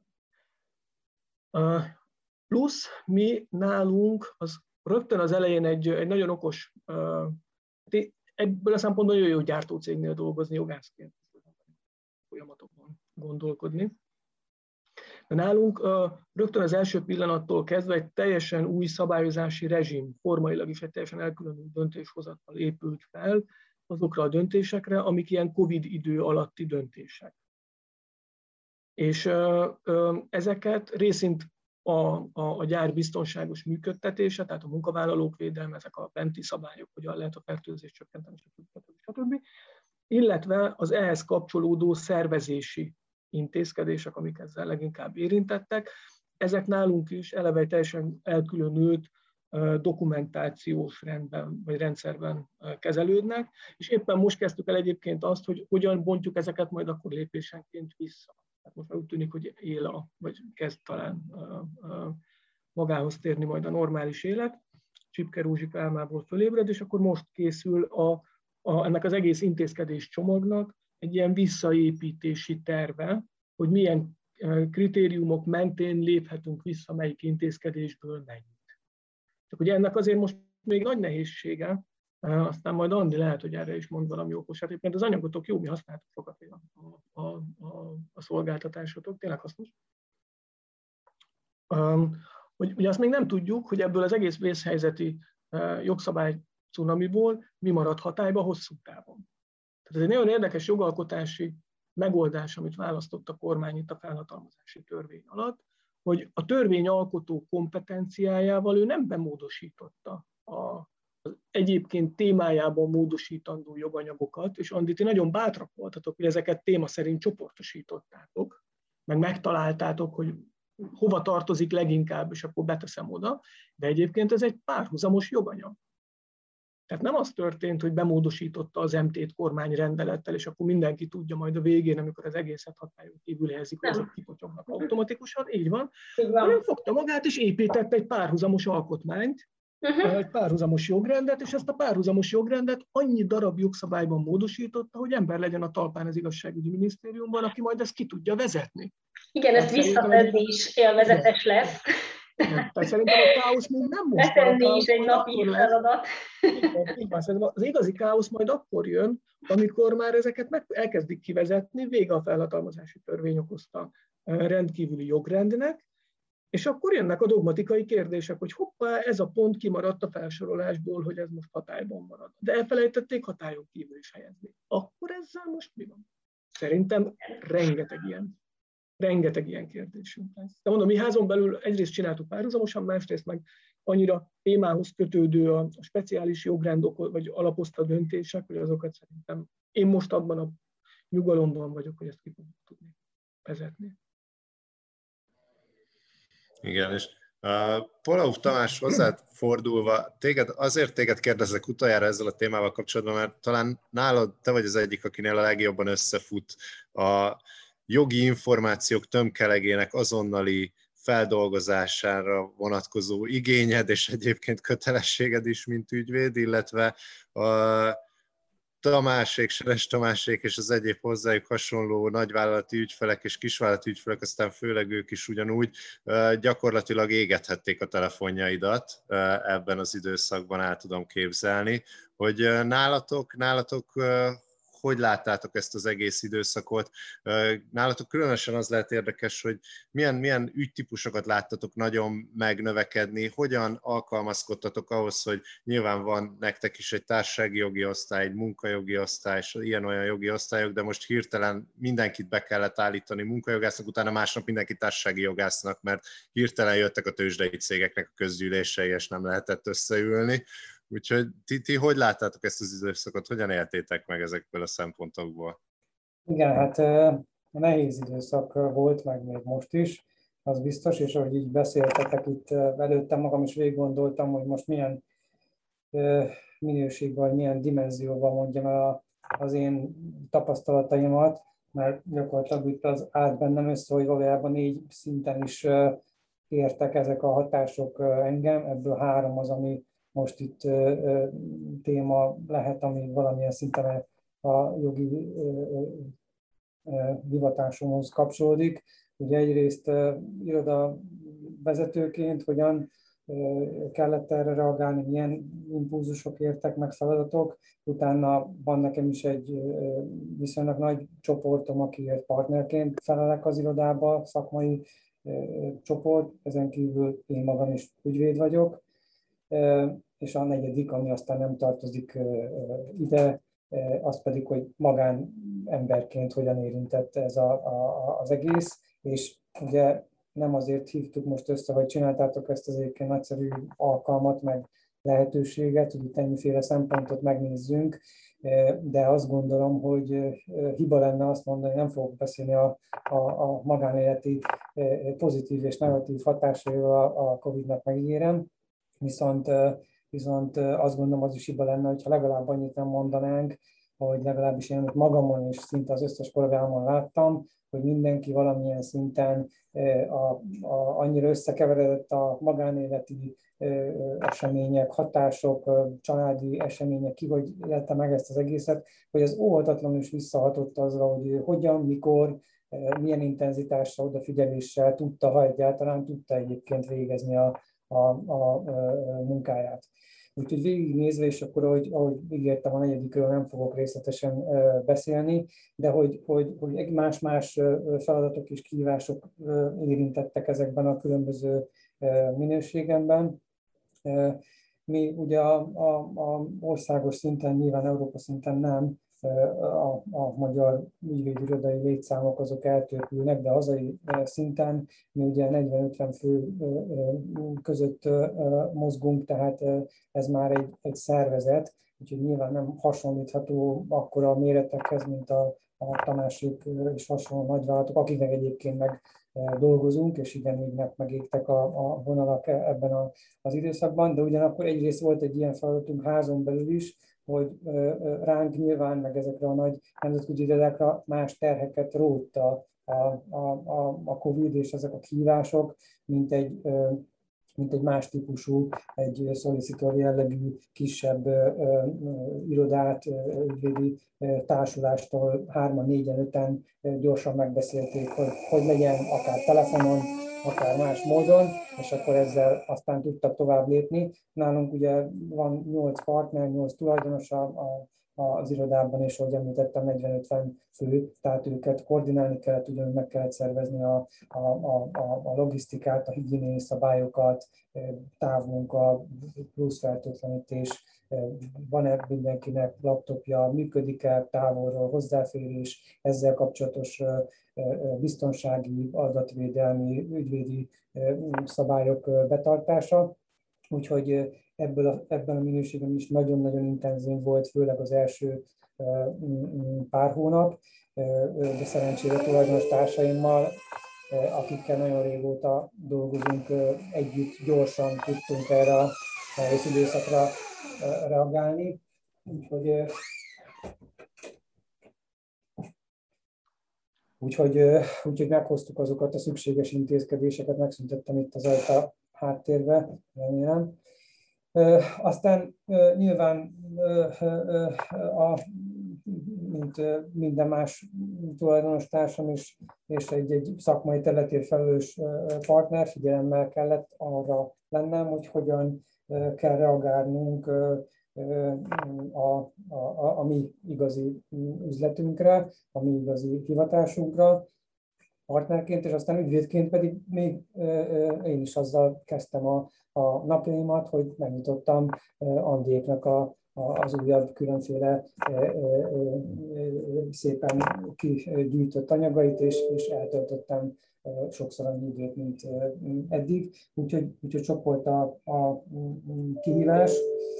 Plusz mi nálunk az rögtön az elején egy nagyon okos, ebből a szempontból nagyon jó gyártócégnél dolgozni, jogászként folyamatokon gondolkodni. De nálunk rögtön az első pillanattól kezdve egy teljesen új szabályozási rezsim, formailag is egy teljesen elkülönült döntéshozatal épült fel azokra a döntésekre, amik ilyen Covid idő alatti döntések. És ezeket részint a gyár biztonságos működtetése, tehát a munkavállalók védelme, ezek a benti szabályok, hogyan lehet a fertőzést csökkenteni, stb. Illetve az ehhez kapcsolódó szervezési intézkedések, amik ezzel leginkább érintettek. Ezek nálunk is eleve egy teljesen elkülönült dokumentációs rendben vagy rendszerben kezelődnek, és éppen most kezdtük el egyébként azt, hogy hogyan bontjuk ezeket majd akkor lépésenként vissza. Hát most úgy tűnik, hogy vagy kezd talán magához térni majd a normális élet, Csipke Rózsika álmából fölébred, és akkor most készül ennek az egész intézkedés csomagnak egy ilyen visszaépítési terve, hogy milyen kritériumok mentén léphetünk vissza, melyik intézkedésből mennyit. Csak ugye ennek azért most még nagy nehézsége, aztán majd Andi lehet, hogy erre is mond valami okosat. Egyébként az anyagotok jó, mi használtuk sokat a szolgáltatásotok, tényleg hasznos. Hogy ugye azt még nem tudjuk, hogy ebből az egész vészhelyzeti jogszabály cunamiból mi marad hatályba hosszú távon. Tehát ez egy nagyon érdekes jogalkotási megoldás, amit választott a kormány itt a felhatalmazási törvény alatt, hogy a törvényalkotó kompetenciájával ő nem bemódosította az egyébként témájában módosítandó joganyagokat, és Andi, ti nagyon bátrak voltatok, hogy ezeket téma szerint csoportosítottátok, meg megtaláltátok, hogy hova tartozik leginkább, és akkor beteszem oda, de egyébként ez egy párhuzamos joganyag. Tehát nem az történt, hogy bemódosította az MT-t kormányrendelettel, és akkor mindenki tudja majd a végén, amikor az egészet hatályon kívül helyezik, hogy azok kipotyognak automatikusan, így van, hanem fogta magát és épített egy párhuzamos alkotmányt, egy párhuzamos jogrendet, és ezt a párhuzamos jogrendet annyi darab jogszabályban módosította, hogy ember legyen a talpán az igazságügyi minisztériumban, aki majd ezt ki tudja vezetni. Igen, ezt visszatenni is élvezetes lesz. Igen, tehát szerintem a káosz még nem most van. Betenni is egy napi feladat. Így van, szerintem az igazi káosz majd akkor jön, amikor már ezeket elkezdik kivezetni, vége a felhatalmazási törvény okozta rendkívüli jogrendnek, és akkor jönnek a dogmatikai kérdések, hogy hoppá, ez a pont kimaradt a felsorolásból, hogy ez most hatályban marad. De elfelejtették hatályon kívül is helyezni. Akkor ezzel most mi van? Szerintem rengeteg ilyen kérdésünk lesz. De mondom, mi házon belül egyrészt csináltuk párhuzamosan, másrészt meg annyira témához kötődő a speciális jogrendok, vagy alapozta döntések, hogy azokat szerintem én most abban a nyugalomban vagyok, hogy ezt ki fogjuk tudni vezetni. Igen, és Polauf Tamás, hozzád fordulva, azért téged kérdezek utoljára ezzel a témával kapcsolatban, mert talán nálad te vagy az egyik, akinél a legjobban összefut a jogi információk tömkelegének azonnali feldolgozására vonatkozó igényed, és egyébként kötelességed is, mint ügyvéd, illetve a Tamásék, Seres Tamásék és az egyéb hozzájuk hasonló nagyvállalati ügyfelek és kisvállalati ügyfelek, aztán főleg ők is ugyanúgy gyakorlatilag égethették a telefonjaidat ebben az időszakban, el tudom képzelni, hogy nálatok hogy láttátok ezt az egész időszakot? Nálatok különösen az lehet érdekes, hogy milyen ügytípusokat láttatok nagyon megnövekedni, hogyan alkalmazkodtatok ahhoz, hogy nyilván van nektek is egy társasági jogi osztály, egy munkajogi osztály, ilyen-olyan jogi osztályok, de most hirtelen mindenkit be kellett állítani munkajogásznak, utána másnap mindenki társasági jogásznak, mert hirtelen jöttek a tőzsdei cégeknek a közgyűlései, és nem lehetett összeülni. Úgyhogy ti hogy láttátok ezt az időszakot, hogyan éltétek meg ezekből a szempontokból? Igen, hát nehéz időszak volt, meg még most is, az biztos, és ahogy így beszéltetek itt előttem, magam is végig gondoltam, hogy most milyen minőségben, milyen dimenzióban mondjam el az én tapasztalataimat, mert gyakorlatilag itt az állt bennem össze, hogy valójában 4 szinten is értek ezek a hatások engem, ebből 3 az, ami most itt téma lehet, ami valamilyen szinten a jogi hivatásomhoz kapcsolódik. Ugye egyrészt iroda vezetőként hogyan kellett erre reagálni, milyen impulzusok értek meg, feladatok. Utána van nekem is egy viszonylag nagy csoportom, akiért partnerként felelek az irodába, szakmai csoport, ezen kívül én magam is ügyvéd vagyok. És a 4., ami aztán nem tartozik ide, az pedig, hogy magánemberként hogyan érintett ez az egész, és ugye nem azért hívtuk most össze, hogy csináltátok ezt az egyébként nagyszerű alkalmat, meg lehetőséget, hogy itt ennyiféle szempontot megnézzünk, de azt gondolom, hogy hiba lenne azt mondani, nem fogok beszélni a magánéleti pozitív és negatív hatásairól a Covid-nak, megígérem, viszont azt gondolom, az is hiba lenne, hogyha legalább annyit nem mondanánk, hogy legalábbis én magamon és szinte az összes kollégámon láttam, hogy mindenki valamilyen szinten annyira összekeveredett a magánéleti események, hatások, családi események, ki hogy élte meg ezt az egészet, hogy az óhatatlanul is visszahatott azra, hogy hogyan, mikor, milyen intenzitással, odafigyeléssel tudta, ha egyáltalán tudta egyébként végezni a munkáját. Úgyhogy végignézve, és akkor, ahogy ígértem, a 4. nem fogok részletesen beszélni, de hogy más-más feladatok és kihívások érintettek ezekben a különböző minőségemben. Mi ugye a országos szinten, nyilván Európa szinten nem, a magyar ügyvédirodai létszámok azok eltörpülnek, de hazai szinten mi ugye 40-50 fő között mozgunk, tehát ez már egy szervezet, úgyhogy nyilván nem hasonlítható akkora a méretekhez, mint a a Tamásék és hasonló nagyvállalatok, akiknek egyébként meg dolgozunk, és igen, megégtek a vonalak ebben az időszakban, de ugyanakkor egyrészt volt egy ilyen feladatunk házon belül is, hogy ránk nyilván, meg ezekre a nagy nemzetközi irodákra más terheket rótta a Covid és ezek a kihívások, mint egy más típusú, egy solicitor jellegű kisebb irodát, ügyvédi társulástól 3-an, 4-en, 5-en gyorsan megbeszélték, hogy legyen akár telefonon, akár más módon, és akkor ezzel aztán tudtak tovább lépni. Nálunk ugye van 8 partner, 8 tulajdonos az irodában, és ahogy említettem, 40-50 fő, tehát őket koordinálni kellett, ugyanúgy meg kellett szervezni a logisztikát, a higiéniai szabályokat, távmunka, plusz fertőtlenítés, van-e mindenkinek laptopja, működik-e távolról hozzáférés, ezzel kapcsolatos biztonsági, adatvédelmi, ügyvédi szabályok betartása. Úgyhogy ebben a minőségben is nagyon-nagyon intenzív volt, főleg az első pár hónap, de szerencsére tulajdonos társaimmal, akikkel nagyon régóta dolgozunk együtt, gyorsan tudtunk erre a nehéz időszakra reagálni. Úgyhogy meghoztuk azokat a szükséges intézkedéseket, megszüntettem itt az ajta a háttérbe, remélem. Aztán nyilván, mint minden más tulajdonos társam és egy szakmai területért felelős partner, figyelemmel kellett arra lennem, hogy hogyan kell reagálnunk a mi igazi üzletünkre, a mi igazi hivatásunkra partnerként, és aztán ügyvédként pedig még én is azzal kezdtem a napjaimat, hogy megnyitottam Andéknak az újabb különféle szépen kigyűjtött anyagait, és eltöltöttem sokszor annyi időt, mint eddig. Úgyhogy sok volt a kihívás.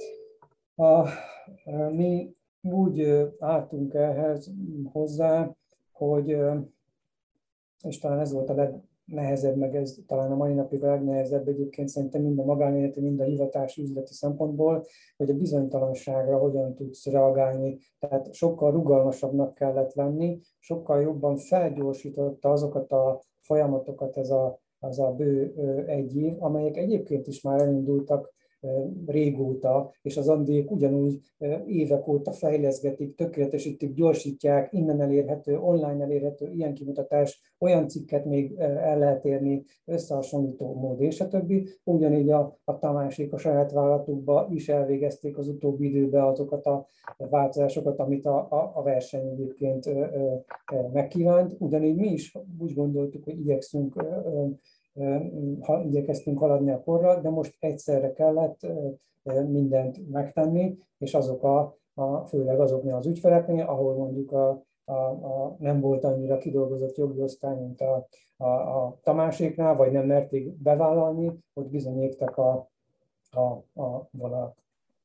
Mi úgy álltunk ehhez hozzá, hogy, és talán ez volt a legnehezebb, meg ez talán a mai napig a legnehezebb egyébként szerintem mind a magánéleti, mind a hivatási üzleti szempontból, hogy a bizonytalanságra hogyan tudsz reagálni. Tehát sokkal rugalmasabbnak kellett lenni, sokkal jobban felgyorsította azokat a folyamatokat az a bő egy év, amelyek egyébként is már elindultak régóta, és az Andék ugyanúgy évek óta fejleszgetik, tökéletesítik, gyorsítják, innen elérhető, online elérhető, ilyen kimutatás, olyan cikket még el lehet érni, összehasonlító mód, és a többi. Ugyanígy a Tamásék a saját vállalatukba is elvégezték az utóbbi időben azokat a változásokat, amit a verseny egyébként megkívánt. Ugyanígy mi is úgy gondoltuk, hogy igyekeztünk haladni a korral, de most egyszerre kellett mindent megtenni, és főleg azoknál az ügyfeleknél, ahol mondjuk nem volt annyira kidolgozott jogi osztály, mint a Tamáséknál, vagy nem merték bevállalni, ott bizony égtek a vonalak.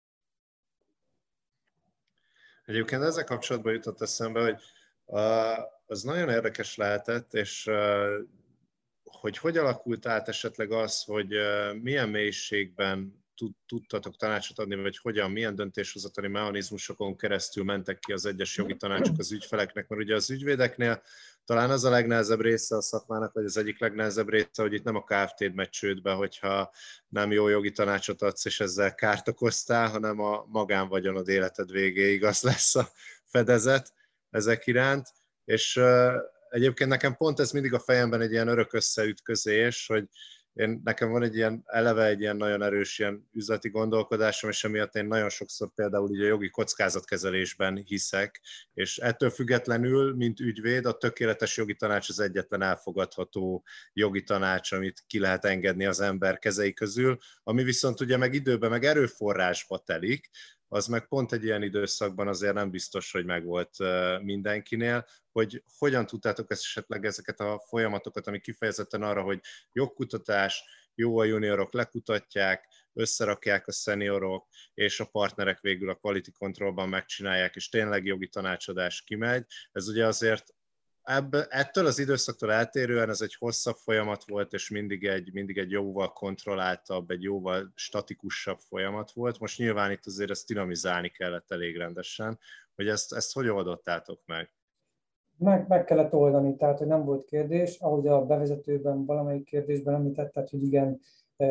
Egyébként ezzel kapcsolatban jutott eszembe, hogy az nagyon érdekes lehetett, és hogy alakult át esetleg az, hogy milyen mélységben tudtatok tanácsot adni, vagy milyen döntéshozatali mechanizmusokon keresztül mentek ki az egyes jogi tanácsok az ügyfeleknek, mert ugye az ügyvédeknél talán az a legnehezebb része a szakmának, vagy az egyik legnehezebb része, hogy itt nem a Kft-d megy csődbe, hogyha nem jó jogi tanácsot adsz, és ezzel kárt okoztál, hanem a magánvagyonod életed végéig az lesz a fedezet ezek iránt. És egyébként nekem pont ez mindig a fejemben egy ilyen örök összeütközés, hogy nekem van eleve egy ilyen nagyon erős ilyen üzleti gondolkodásom, és emiatt én nagyon sokszor például így a jogi kockázatkezelésben hiszek, és ettől függetlenül, mint ügyvéd, a tökéletes jogi tanács az egyetlen elfogadható jogi tanács, amit ki lehet engedni az ember kezei közül, ami viszont ugye meg időben, meg erőforrásba telik, az meg pont egy ilyen időszakban azért nem biztos, hogy megvolt mindenkinél, hogy hogyan tudtátok esetleg ezeket a folyamatokat, ami kifejezetten arra, hogy jogkutatás, jó a juniorok lekutatják, összerakják a szeniorok, és a partnerek végül a quality controlban megcsinálják, és tényleg jogi tanácsadás kimegy. Ez ugye azért ettől az időszaktól eltérően ez egy hosszabb folyamat volt, és mindig egy jóval kontrolláltabb, egy jóval statikusabb folyamat volt. Most nyilván itt azért ezt dinamizálni kellett elég rendesen, hogy ezt hogy oldottátok meg? Meg kellett oldani, tehát hogy nem volt kérdés, ahogy a bevezetőben valamelyik kérdésben említetted, hogy igen,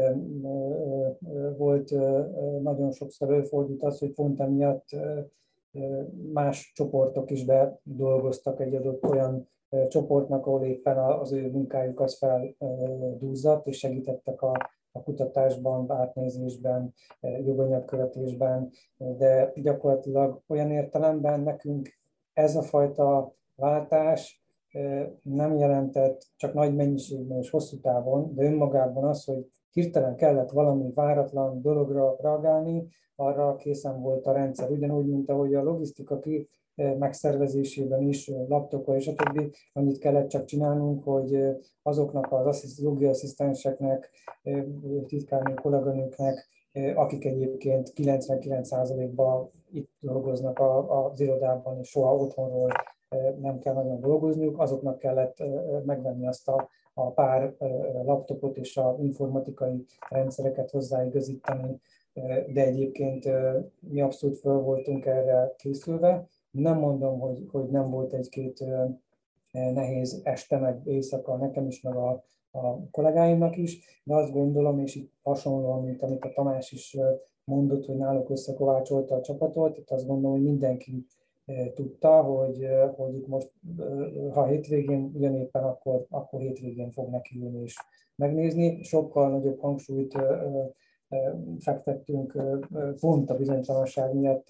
volt nagyon sokszor előfordult az, hogy pont emiatt más csoportok is bedolgoztak egy adott olyan csoportnak, ahol éppen az ő munkájuk az feldúzzadt, és segítettek a kutatásban, átnézésben, joganyagkövetésben, de gyakorlatilag olyan értelemben nekünk ez a fajta váltás nem jelentett csak nagy mennyiségben és hosszú távon, de önmagában az, hogy hirtelen kellett valami váratlan dologra reagálni, arra készen volt a rendszer. Ugyanúgy, mint ahogy a logisztika megszervezésében is, laptopon és a többi, annyit kellett csak csinálnunk, hogy azoknak az jogi asszisztenseknek, titkárnő kolléganőknek, akik egyébként 99%-ban itt dolgoznak az irodában, és soha otthonról nem kell nagyon dolgozniuk, azoknak kellett megvenni azt a pár laptopot és az informatikai rendszereket hozzáigazítani, de egyébként mi abszolút föl voltunk erre készülve. Nem mondom, hogy nem volt egy-két nehéz este, meg éjszaka nekem is, meg a kollégáimnak is, de azt gondolom, és itt hasonlóan, mint amit a Tamás is mondott, hogy náluk összekovácsolta a csapatot, itt azt gondolom, hogy mindenki tudta, hogy itt most, ha hétvégén jön éppen, akkor hétvégén fog nekiülni és megnézni. Sokkal nagyobb hangsúlyt fektettünk pont a bizonytalanság miatt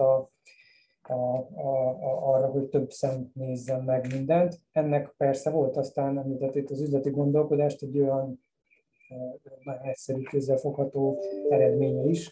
arra, hogy több szem nézzen meg mindent. Ennek persze volt aztán, említett itt az üzleti gondolkodást, egy olyan nagyon egyszerű, kézzelfogható eredménye is,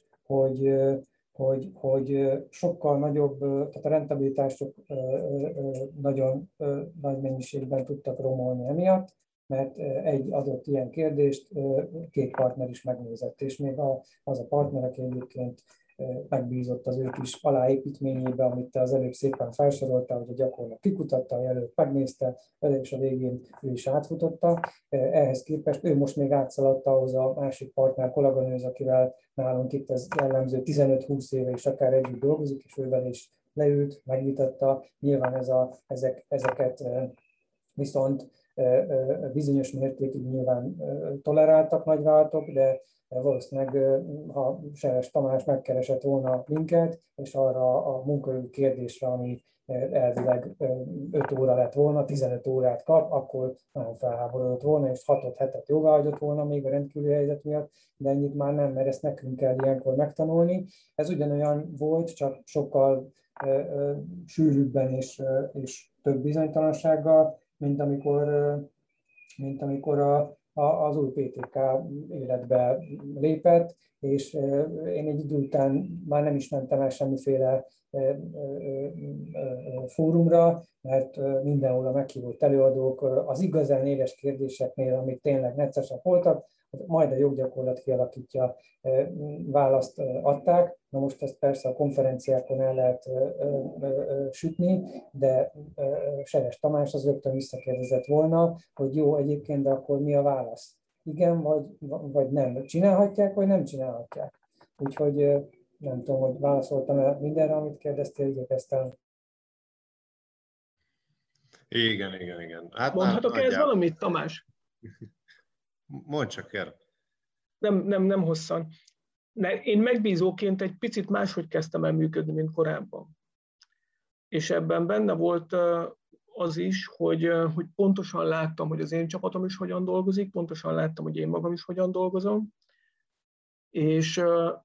hogy sokkal nagyobb, tehát a rentabilitások nagyon nagy mennyiségben tudtak romolni emiatt, mert egy adott ilyen kérdést két partner is megnézett, és még az a partner, aki egyébként megbízott az ő kis aláépítményébe, amit te az előbb szépen felsoroltál, hogy a gyakorlat kikutatta, a jelölt megnézte, és a végén ő is átfutotta. Ehhez képest ő most még átszaladt ahhoz a másik partner kolléganőhöz, akivel nálunk itt ez jellemző 15-20 éve is akár együtt dolgozik, és ővel is leült, megvitatta. Nyilván ezeket viszont bizonyos mértékig nyilván toleráltak nagyvállalatok, de valószínűleg, ha Seres Tamás megkeresett volna minket, és arra a munkajogi kérdésre, ami elvileg 5 óra lett volna, 15 órát kap, akkor nagyon felháborodott volna, és 6-7 jóváhagyott volna még a rendkívüli helyzet miatt, de ennyit már nem, mert ezt nekünk kell ilyenkor megtanulni. Ez ugyanolyan volt, csak sokkal sűrűbben és több bizonytalansággal, mint amikor az új PTK életbe lépett, és én egy idő után már nem is mentem el semmiféle fórumra, mert mindenhol a meghívott előadók az igazán éles kérdéseknél, amik tényleg neccesek voltak, majd a joggyakorlat kialakítja, választ adták. Na most ezt persze a konferenciákon el lehet sütni, de Seres Tamás az rögtön visszakérdezett volna, hogy jó, egyébként, de akkor mi a válasz? Igen, vagy nem. Csinálhatják, vagy nem csinálhatják. Úgyhogy nem tudom, hogy válaszoltam-e mindenre, amit kérdeztél, igyekeztem. Igen. Hát, mondhatok ehhez valamit, Tamás? Mondd csak el. Nem hosszan. Én megbízóként egy picit máshogy kezdtem el működni, mint korábban. És ebben benne volt az is, hogy pontosan láttam, hogy az én csapatom is hogyan dolgozik, pontosan láttam, hogy én magam is hogyan dolgozom, és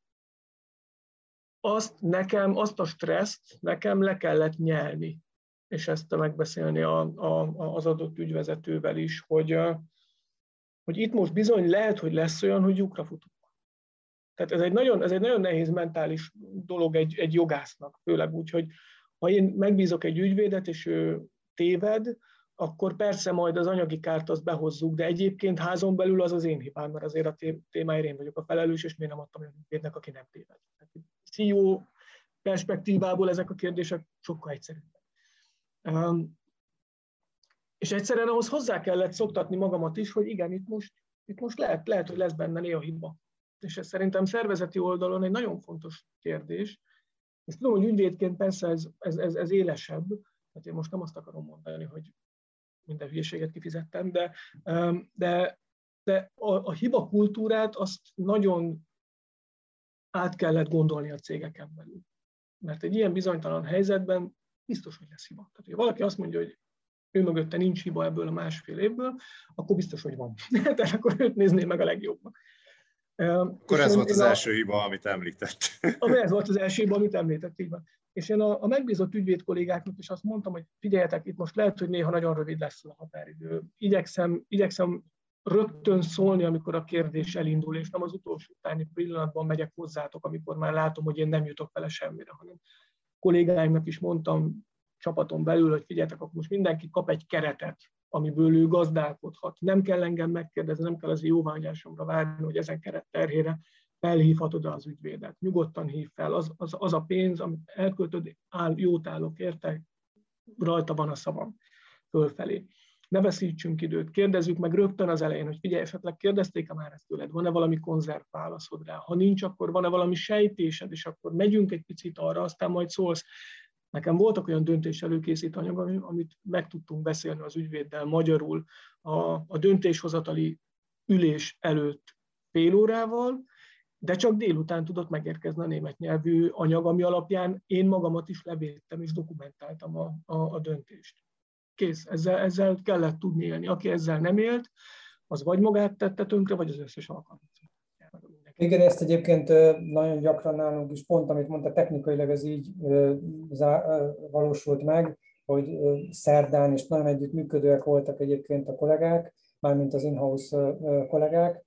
azt a stresszt nekem le kellett nyelni, és ezt megbeszélni az adott ügyvezetővel is, hogy itt most bizony lehet, hogy lesz olyan, hogy lyukra futunk. Tehát ez egy nagyon nehéz mentális dolog egy jogásznak, főleg úgy, hogy ha én megbízok egy ügyvédet, és ő téved, akkor persze majd az anyagi kárt azt behozzuk, de egyébként házon belül az én hibám, mert azért a témáért én vagyok a felelős, és miért nem adtam olyan ügyvédnek, aki nem téved. CEO perspektívából ezek a kérdések sokkal egyszerűbbek. És egyszerűen ahhoz hozzá kellett szoktatni magamat is, hogy igen, itt most lehet, hogy lesz benne néha hiba. És ez szerintem szervezeti oldalon egy nagyon fontos kérdés. És tudom, hogy ügyvédként persze ez élesebb, tehát én most nem azt akarom mondani, hogy minden hülyeséget kifizettem, de a hiba kultúrát azt nagyon át kellett gondolni a cégeken belül. Mert egy ilyen bizonytalan helyzetben biztos, hogy lesz hiba. Tehát, ha valaki azt mondja, hogy ő mögötte nincs hiba ebből a 1,5 évből, akkor biztos, hogy van. Tehát akkor őt nézném meg a legjobban. Akkor ez volt az első hiba, amit említett. Ez volt az első hiba, amit említett, így van. És én a megbízott ügyvéd kollégáknak is azt mondtam, hogy figyeljetek, itt most lehet, hogy néha nagyon rövid lesz a határidő. Igyekszem rögtön szólni, amikor a kérdés elindul, és nem az utolsó utáni pillanatban megyek hozzátok, amikor már látom, hogy én nem jutok vele semmire, hanem kollégáimnak is mondtam csapaton belül, hogy figyeljetek, akkor most mindenki kap egy keretet, amiből ő gazdálkodhat. Nem kell engem megkérdezni, nem kell az jóváhagyásomra várni, hogy ezen keret terhére felhívhatod az ügyvédet. Nyugodtan hív fel, az a pénz, amit elköltöd, jót állok érte, rajta van a szavam fölfelé. Ne veszítsünk időt, kérdezzük meg rögtön az elején, hogy figyelj, esetleg kérdezték-e már ezt tőled, van-e valami konzerv válaszod rá? Ha nincs, akkor van-e valami sejtésed, és akkor megyünk egy picit arra, aztán majd szólsz. Nekem voltak olyan döntés előkészít anyagok, amit meg tudtunk beszélni az ügyvéddel magyarul a döntéshozatali ülés előtt fél órával, de csak délután tudott megérkezni a német nyelvű anyag, ami alapján én magamat is levédtem és dokumentáltam a döntést. Kész, ezzel kellett tudni élni. Aki ezzel nem élt, az vagy magát tette tönkre, vagy az összes alkalmat. Igen, ezt egyébként nagyon gyakran nálunk is pont, amit mondta, technikailag ez így valósult meg, hogy szerdán is nagyon együttműködőek voltak egyébként a kollégák, mármint az in-house kollégák,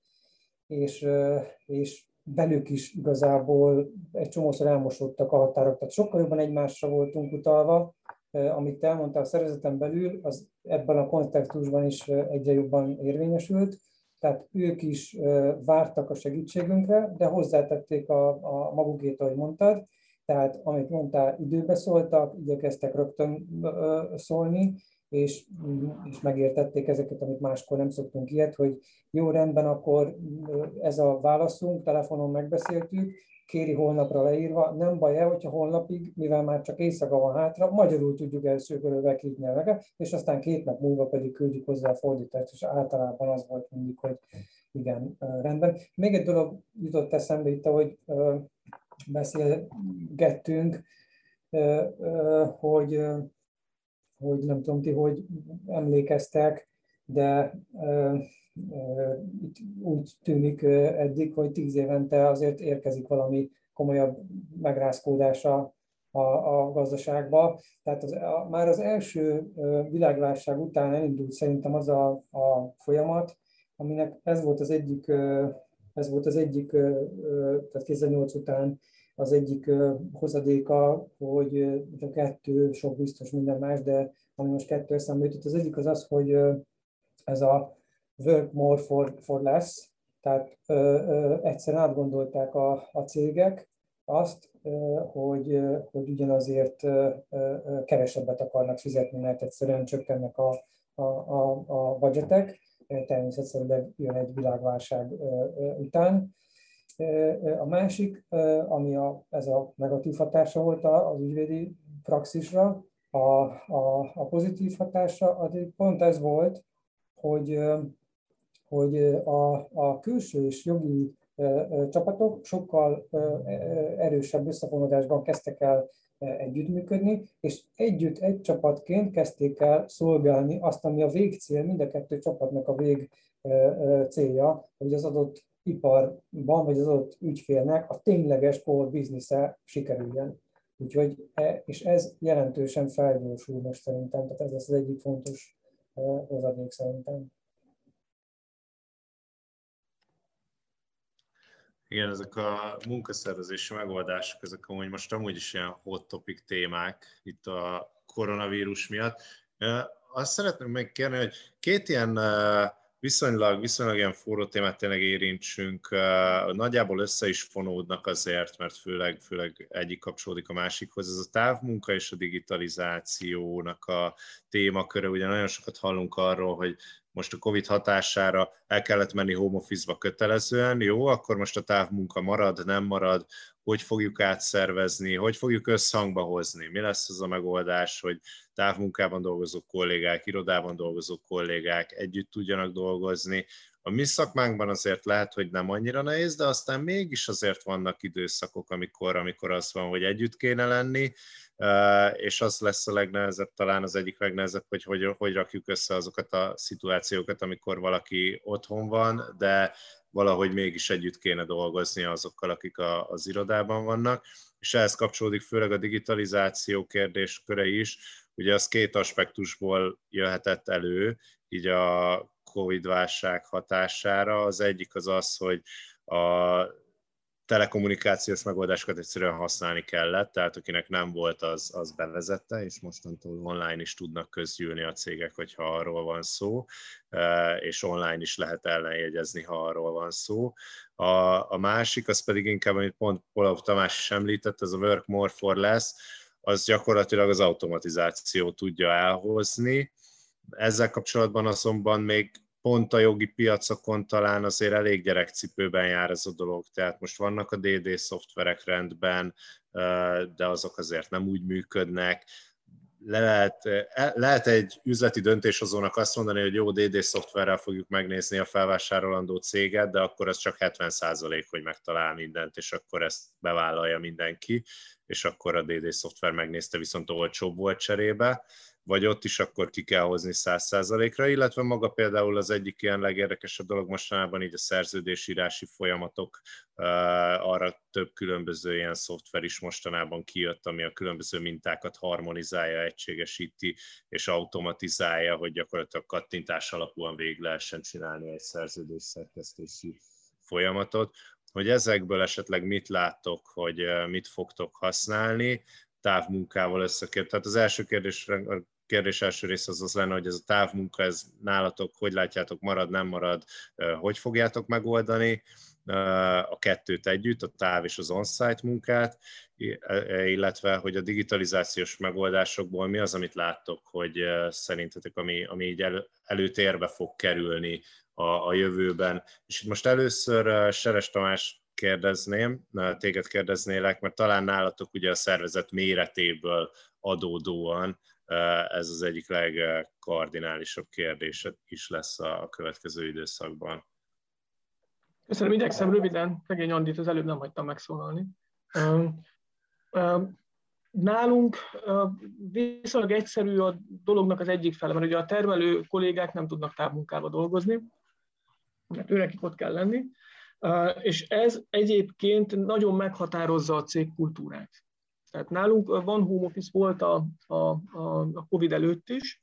és velük is igazából egy csomószor elmosódtak a határok, tehát sokkal jobban egymásra voltunk utalva, amit te elmondtál a szervezeten belül, az ebben a kontextusban is egyre jobban érvényesült. Tehát ők is vártak a segítségünkre, de hozzátették a magukét, ahogy mondtad. Tehát amit mondtál, időbe szóltak, igyekeztek rögtön szólni, és megértették ezeket, amit máskor nem szoktunk ilyet, hogy jó, rendben, akkor ez a válaszunk, telefonon megbeszéltük, kéri holnapra leírva, nem baj el, hogyha holnapig, mivel már csak éjszaka van hátra, magyarul tudjuk első körülbelül két nyelveket, és aztán 2 nap múlva pedig küldjük hozzá a fordítást, és általában az volt mindig, hogy igen, rendben. Még egy dolog jutott eszembe itt, ahogy beszélgettünk, hogy nem tudom ti, hogy emlékeztek, de úgy tűnik eddig, hogy 10 évente azért érkezik valami komolyabb megrázkódás a gazdaságba. Tehát már az első világválság után elindult szerintem az a folyamat, aminek ez volt az egyik, tehát 2008 után az egyik hozadéka, hogy a 2, sok biztos minden más, de ami most 2 eszembe jutott, az egyik az, hogy ez a work more for less, tehát egyszerűen átgondolták a cégek azt, hogy ugyanazért kevesebbet akarnak fizetni, mert egyszerűen csökkennek a budgetek, természetesen jön egy világválság után. A másik, ami ez a negatív hatása volt az ügyvédi praxisra, a pozitív hatása, az pont ez volt, hogy a külső és jogi csapatok sokkal erősebb összefonódásban kezdtek el együttműködni, és együtt egy csapatként kezdték el szolgálni azt, ami a végcél, mind a 2 csapatnak a vég célja, hogy az adott iparban, vagy az adott ügyfélnek a tényleges core business-e sikerüljen. Úgyhogy, és ez jelentősen felgyorsul most szerintem, tehát ez lesz az egyik fontos hozadék szerintem. Igen, ezek a munkaszervezési megoldások, ezek amúgy is ilyen hot topic témák itt a koronavírus miatt. azt szeretném megkérni, hogy két ilyen viszonylag ilyen forró témát tényleg érintsünk, nagyjából össze is fonódnak azért, mert főleg egyik kapcsolódik a másikhoz. Ez a távmunka és a digitalizációnak a témaköre. Ugye nagyon sokat hallunk arról, hogy most a Covid hatására el kellett menni home office-ba kötelezően, jó, akkor most a távmunka marad, nem marad, hogy fogjuk átszervezni, hogy fogjuk összhangba hozni, mi lesz az a megoldás, hogy távmunkában dolgozó kollégák, irodában dolgozó kollégák együtt tudjanak dolgozni. A mi szakmánkban azért lehet, hogy nem annyira nehéz, de aztán mégis azért vannak időszakok, amikor az van, hogy együtt kéne lenni, és az lesz a legnehezebb, talán az egyik legnehezebb, hogy rakjuk össze azokat a szituációkat, amikor valaki otthon van, de valahogy mégis együtt kéne dolgozni azokkal, akik az irodában vannak. És ehhez kapcsolódik főleg a digitalizáció kérdésköre is. Ugye az két aspektusból jöhetett elő, így a Covid-válság hatására. Az egyik az az, hogy a telekommunikációs megoldásokat egyszerűen használni kellett, tehát akinek nem volt, az bevezette, és mostantól online is tudnak közgyűlni a cégek, hogyha arról van szó, és online is lehet ellenjegyezni, ha arról van szó. A másik, az pedig inkább, amit pont Polau Tamás is említett, ez a Work More for Less, az gyakorlatilag az automatizáció tudja elhozni. Ezzel kapcsolatban azonban még pont a jogi piacokon talán azért elég gyerekcipőben jár ez a dolog, tehát most vannak a DD szoftverek rendben, de azok azért nem úgy működnek. Lehet egy üzleti döntéshozónak azt mondani, hogy jó, DD szoftverrel fogjuk megnézni a felvásárolandó céget, de akkor az csak 70%, hogy megtalál mindent, és akkor ezt bevállalja mindenki, és akkor a DD szoftver megnézte, viszont olcsóbb volt cserébe, vagy ott is akkor ki kell hozni 100%-ra, illetve maga például az egyik ilyen legérdekesebb dolog mostanában így a szerződésírási folyamatok, arra több különböző ilyen szoftver is mostanában kijött, ami a különböző mintákat harmonizálja, egységesíti és automatizálja, hogy gyakorlatilag kattintás alapúan végig lehessen csinálni egy szerződésszerkesztési folyamatot. Hogy ezekből esetleg mit láttok, hogy mit fogtok használni távmunkával összekér. Tehát az első kérdés első része az lenne, hogy ez a távmunka, ez nálatok, hogy látjátok, marad, nem marad, hogy fogjátok megoldani a kettőt együtt, a táv és az on-site munkát, illetve hogy a digitalizációs megoldásokból mi az, amit láttok, hogy szerintetek, ami így előtérbe fog kerülni a jövőben. És itt most először Seres Tamás téged kérdeznélek, mert talán nálatok ugye a szervezet méretéből adódóan ez az egyik legkardinálisabb kérdés is lesz a következő időszakban. Köszönöm, igyekszem röviden, szegény Andit az előbb nem hagytam megszólalni. Nálunk viszonylag egyszerű a dolognak az egyik fele, mert ugye a termelő kollégák nem tudnak távmunkába dolgozni, mert őnekik ott kell lenni, és ez egyébként nagyon meghatározza a cég kultúrát. Tehát nálunk van home office, volt a Covid előtt is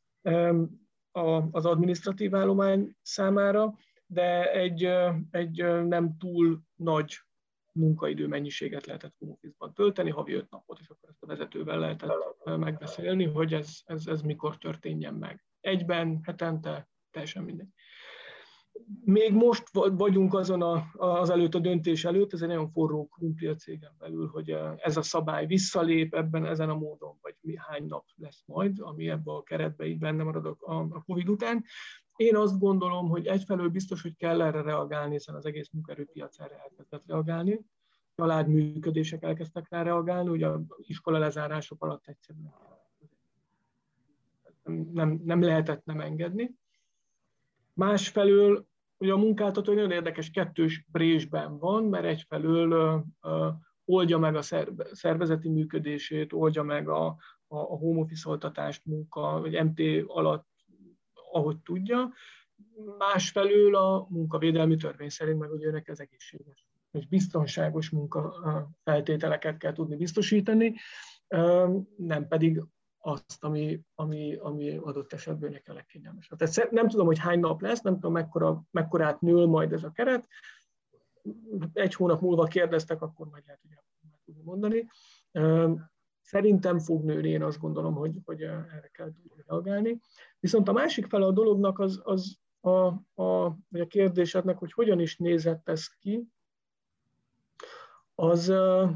az adminisztratív állomány számára, de egy nem túl nagy munkaidő mennyiséget lehetett home office-ban tölteni, havi 5 napot, és akkor ezt a vezetővel lehetett megbeszélni, hogy ez mikor történjen meg. Egyben, hetente, teljesen mindegy. Még most vagyunk az előtt, a döntés előtt, ez egy nagyon forró krumpli a cégen belül, hogy ez a szabály visszalép ezen a módon, vagy hány nap lesz majd, ami ebben a keretben így benne marad a Covid után. Én azt gondolom, hogy egyfelől biztos, hogy kell erre reagálni, hiszen az egész munkaerőpiac erre elkezdett reagálni. Családműködések elkezdtek rá reagálni, ugye az iskola lezárások alatt egyszerűen nem lehetett nem engedni. Másfelől ugye a munkáltató nagyon érdekes kettős présben van, mert egyfelől oldja meg a szervezeti működését, oldja meg a home office-oltatást munka, vagy MT alatt, ahogy tudja. Másfelől a munkavédelmi törvény szerint meg ugye önnek az egészséges és biztonságos munkafeltételeket kell tudni biztosítani, nem pedig azt, ami adott esetben neki a legkényelmesebb. Tehát nem tudom, hogy hány nap lesz, nem tudom, mekkorát nől majd ez a keret. 1 hónap múlva kérdeztek, akkor majd lehet, hogy el tudni mondani. szerintem fog nőni, én azt gondolom, hogy erre kell tudni reagálni. Viszont a másik fele a dolognak vagy a kérdésednek, hogy hogyan is nézett ez ki, az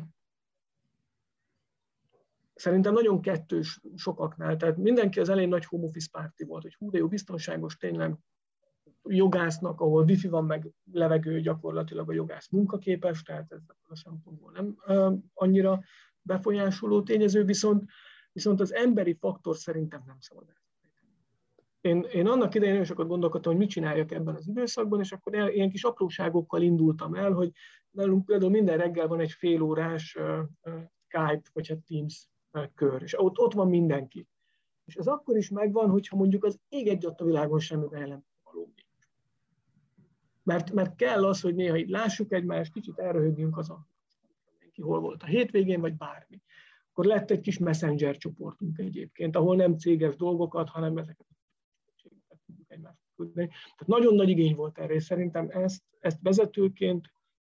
szerintem nagyon kettős sokaknál. Tehát mindenki az elején nagy home office párti volt, hogy hú, de jó, biztonságos, tényleg jogásznak, ahol wifi van, meg levegő, gyakorlatilag a jogász munkaképes, tehát ez a szempontból nem annyira befolyásoló tényező, viszont az emberi faktor szerintem nem szabad el. Én annak idején nagyon sokat gondolkodtam, hogy mit csináljak ebben az időszakban, és akkor ilyen kis apróságokkal indultam el, hogy nálunk például minden reggel van egy félórás Skype, vagy hát Teams kör, és ott van mindenki. És ez akkor is megvan, hogyha mondjuk az ég egyatt a világon semmiben jelentvaló. Mert kell az, hogy néha így lássuk egymást, kicsit elröhögjünk azon, ki hol volt a hétvégén, vagy bármi. Akkor lett egy kis messenger csoportunk egyébként, ahol nem céges dolgokat, hanem ezeket tudjuk egymást küldeni. Tehát nagyon nagy igény volt erre, és szerintem ezt vezetőként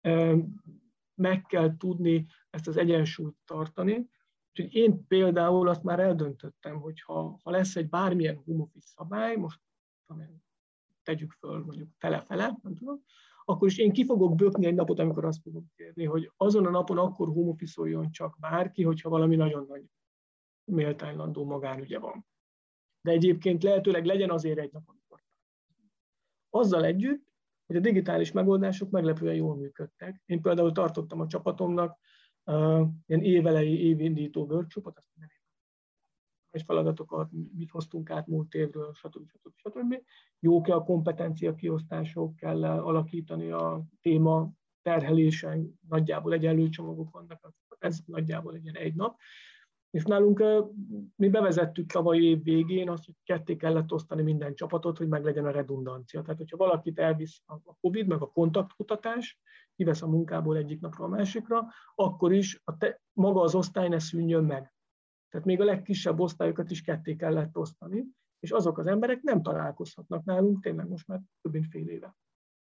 meg kell tudni ezt az egyensúlyt tartani. Úgyhogy én például azt már eldöntöttem, hogy ha lesz egy bármilyen home office szabály, most tegyük föl mondjuk fele-fele, nem tudom, akkor is én ki fogok bökni egy napot, amikor azt fogok kérni, hogy azon a napon akkor home office-oljon csak bárki, hogyha valami nagyon nagy méltánylandó magánügye van. De egyébként lehetőleg legyen azért egy nap, amikor. Azzal együtt, hogy a digitális megoldások meglepően jól működtek. Én például tartottam a csapatomnak ilyen évelei, évindító workshopot, azt minden évben feladatokat, mit hoztunk át múlt évről, stb. Jók-e a kompetencia kiosztások, kell alakítani a téma terhelésen, nagyjából egyenlő csomagok vannak, ez nagyjából legyen egy nap. És nálunk mi bevezettük tavaly év végén azt, hogy ketté kellett osztani minden csapatot, hogy meglegyen a redundancia. Tehát, hogyha valakit elvisz a Covid, meg a kontaktkutatás, kivesz a munkából egyik napra a másikra, akkor is maga az osztály ne szűnjön meg. Tehát még a legkisebb osztályokat is ketté kellett osztani, és azok az emberek nem találkozhatnak nálunk, tényleg most már több mint fél éve.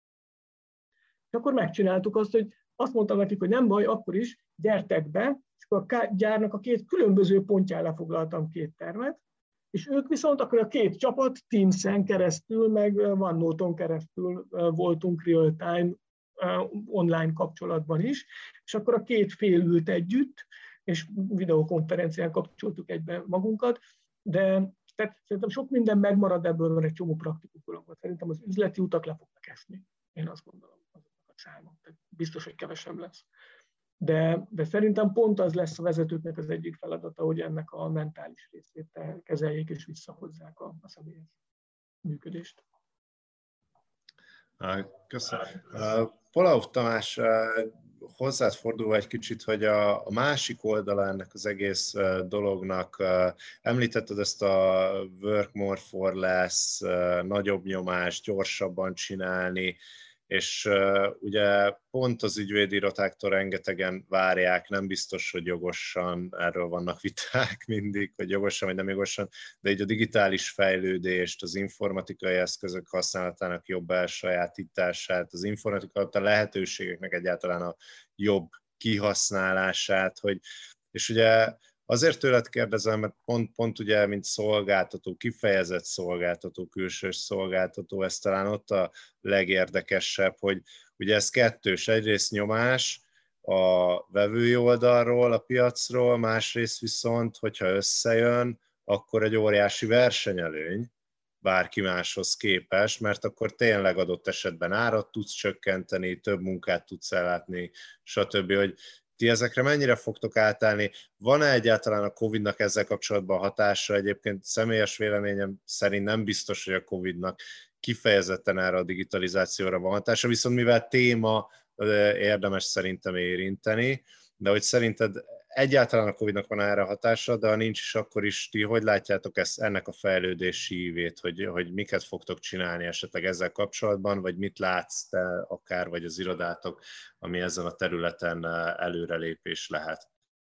És akkor megcsináltuk azt, hogy azt mondtam nekik, hogy nem baj, akkor is gyertek be, és akkor a gyárnak a két különböző pontján lefoglaltam 2 termet, és ők viszont akkor a 2 csapat Teams-en keresztül, meg OneNote-on keresztül voltunk real-time online kapcsolatban is, és akkor a 2 fél ült együtt, és videokonferencián kapcsoltuk egybe magunkat, de tehát szerintem sok minden megmarad, ebből van egy csomó praktikus dolog. Szerintem az üzleti utak le fognak esni. Én azt gondolom, azoknak a számok. Biztos, hogy kevesebb lesz. De szerintem pont az lesz a vezetőknek az egyik feladata, hogy ennek a mentális részét kezeljék és visszahozzák a személyes működést. Köszönöm. Polauf Tamás, hozzád fordulva egy kicsit, hogy a másik oldala ennek az egész dolognak, említetted ezt a work more for less, nagyobb nyomás, gyorsabban csinálni, és ugye pont az ügyvédirodáktól rengetegen várják, nem biztos, hogy jogosan, erről vannak viták mindig, hogy jogosan vagy nem jogosan, de így a digitális fejlődést, az informatikai eszközök használatának jobb elsajátítását, az informatika a lehetőségeknek egyáltalán a jobb kihasználását, és ugye azért tőled kérdezem, mert pont ugye, mint szolgáltató, kifejezett szolgáltató, külsős szolgáltató, ez talán ott a legérdekesebb, hogy ugye ez kettős, egyrészt nyomás a vevői oldalról, a piacról, másrészt viszont, hogyha összejön, akkor egy óriási versenyelőny bárki máshoz képest, mert akkor tényleg adott esetben árat tudsz csökkenteni, több munkát tudsz ellátni, stb., hogy ti ezekre mennyire fogtok átállni? Van-e egyáltalán a Covid-nak ezzel kapcsolatban hatása? Egyébként személyes véleményem szerint nem biztos, hogy a Covid-nak kifejezetten erre a digitalizációra van hatása, viszont mivel téma, érdemes szerintem érinteni, de hogy szerinted egyáltalán a Covid-nak van erre hatása, de ha nincs is, akkor is ti hogy látjátok ennek a fejlődési ívét, hogy miket fogtok csinálni esetleg ezzel kapcsolatban, vagy mit látsz te akár, vagy az irodátok, ami ezen a területen előrelépés lehet?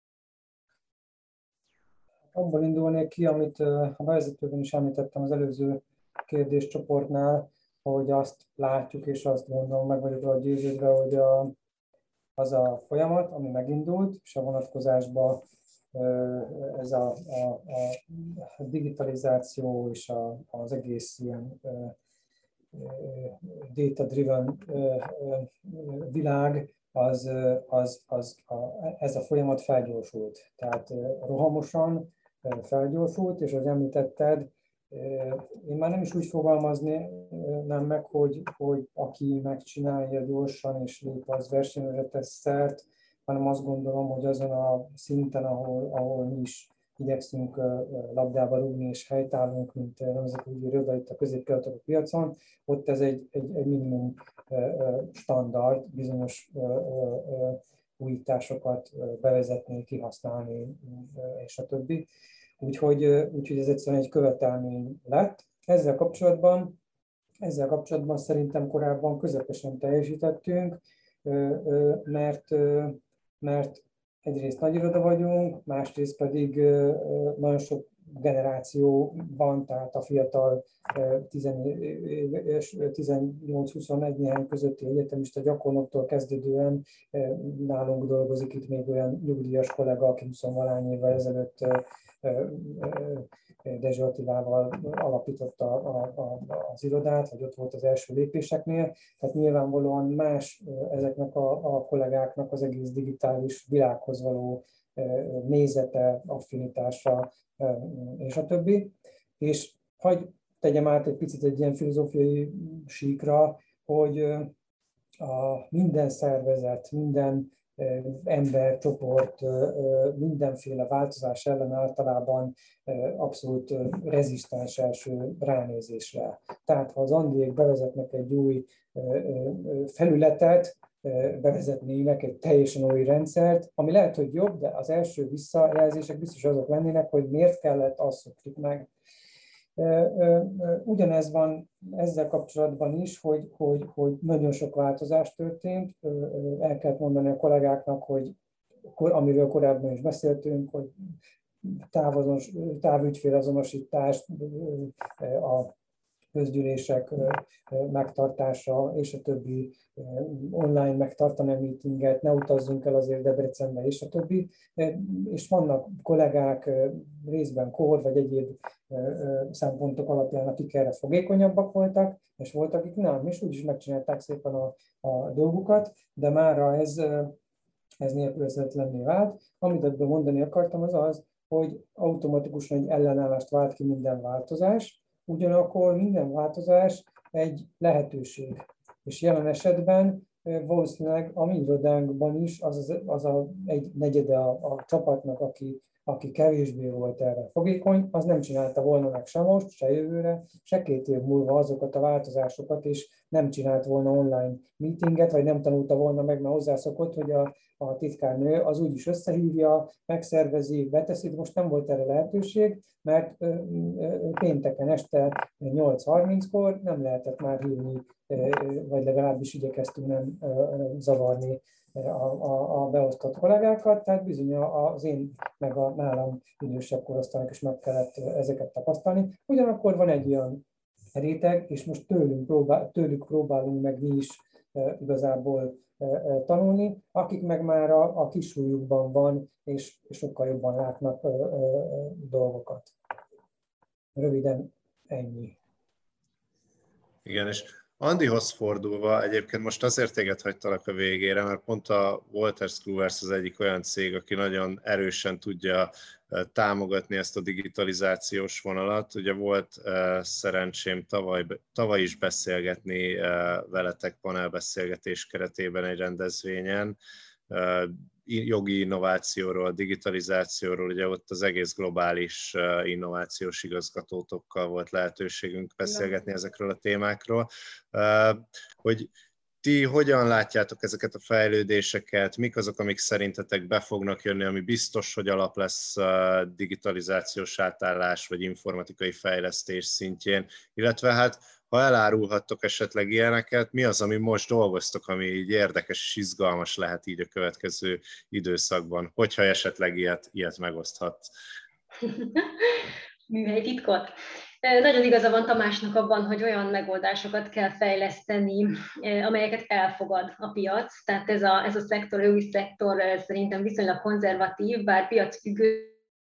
Abból indulnék ki, amit a bevezetőben is említettem az előző kérdéscsoportnál, hogy azt látjuk, és azt gondolom, meg vagyok rá győződve, hogy az a folyamat, ami megindult, és a vonatkozásban ez a digitalizáció és az egész ilyen data-driven világ, ez a folyamat felgyorsult. Tehát rohamosan felgyorsult, és ahogy említetted, én már nem is úgy fogalmaznám meg, hogy aki megcsinálja gyorsan és lép, az versenyre tesz szert, hanem azt gondolom, hogy azon a szinten, ahol mi is igyekszünk labdába rúgni és helytállunk, mint nemzetközi iroda itt a közép-keleti piacon, ott ez egy minimum standard, bizonyos újításokat bevezetni, kihasználni, és a többi. Úgyhogy ez egyszerűen egy követelmény lett. Ezzel kapcsolatban szerintem korábban közepesen teljesítettünk, mert egyrészt nagy iroda vagyunk, másrészt pedig nagyon sok generáció van, tehát a fiatal 18-21 néhány közötti egyetemista gyakornoktól kezdődően nálunk dolgozik itt még olyan nyugdíjas kollega, aki 20-valány évvel ezelőtt Dezső Attilával alapította az irodát, vagy ott volt az első lépéseknél. Tehát nyilvánvalóan más ezeknek a kollégáknak az egész digitális világhoz való nézete, affinitása, és a többi. És hadd tegyem át egy picit egy ilyen filozófiai síkra, hogy minden szervezet, minden ember, csoport, mindenféle változás ellen általában abszolút rezisztens első ránézésre. Tehát ha az Andiék bevezetnek egy új felületet, bevezetnének egy teljesen új rendszert, ami lehet, hogy jobb, de az első visszajelzések biztos azok lennének, hogy miért kellett, azt szoktuk meg. Ugyanez van ezzel kapcsolatban is, hogy nagyon sok változás történt. El kellett mondani a kollégáknak, hogy amiről korábban is beszéltünk, hogy távügyfélazonosítás, a közgyűlések megtartása, és a többi, online megtartani a meetinget, ne utazzunk el azért Debrecenbe, és a többi. És vannak kollégák, részben kor vagy egyéb szempontok alapján, akik erre fogékonyabbak voltak, és voltak, akik nem, és úgyis megcsinálták szépen a dolgukat, de mára ez nélkülözhetetlenné vált. Amit ebben mondani akartam, az, hogy automatikusan egy ellenállást vált ki minden változás, ugyanakkor minden változás egy lehetőség. És jelen esetben valószínűleg a mi irodánkban is az egy negyede a csapatnak, aki kevésbé volt erre fogékony, az nem csinálta volna meg se most, se jövőre, se 2 év múlva azokat a változásokat, és nem csinált volna online meetinget, vagy nem tanulta volna meg, mert hozzászokott, hogy a titkárnő az úgyis összehívja, megszervezi, beteszi, most nem volt erre lehetőség, mert pénteken este 8:30-kor nem lehetett már hívni, vagy legalábbis igyekeztünk nem zavarni a beosztott kollégákat, tehát bizony az én meg a nálam idősebb korosztálynak is meg kellett ezeket tapasztalni. Ugyanakkor van egy olyan réteg, és most tőlük próbálunk meg mi is igazából tanulni, akik meg már a kisúlyukban van, és sokkal jobban látnak dolgokat. Röviden ennyi. Igen, és Andihoz fordulva, egyébként most azért téged hagytalak a végére, mert pont a Wolters Kluwer az egyik olyan cég, aki nagyon erősen tudja támogatni ezt a digitalizációs vonalat. Ugye volt szerencsém tavaly is beszélgetni veletek panelbeszélgetés keretében egy rendezvényen, jogi innovációról, digitalizációról, ugye ott az egész globális innovációs igazgatótokkal volt lehetőségünk beszélgetni ezekről a témákról, hogy ti hogyan látjátok ezeket a fejlődéseket, mik azok, amik szerintetek be fognak jönni, ami biztos, hogy alap lesz digitalizációs átállás vagy informatikai fejlesztés szintjén, illetve hát ha elárulhattok esetleg ilyeneket, mi az, ami most dolgoztok, ami így érdekes és izgalmas lehet így a következő időszakban, hogyha esetleg ilyet megoszthatsz? Műhely titkot? Nagyon igaza van Tamásnak abban, hogy olyan megoldásokat kell fejleszteni, amelyeket elfogad a piac. Tehát ez a szektor, a jogi szektor szerintem viszonylag konzervatív, bár piacfüggő,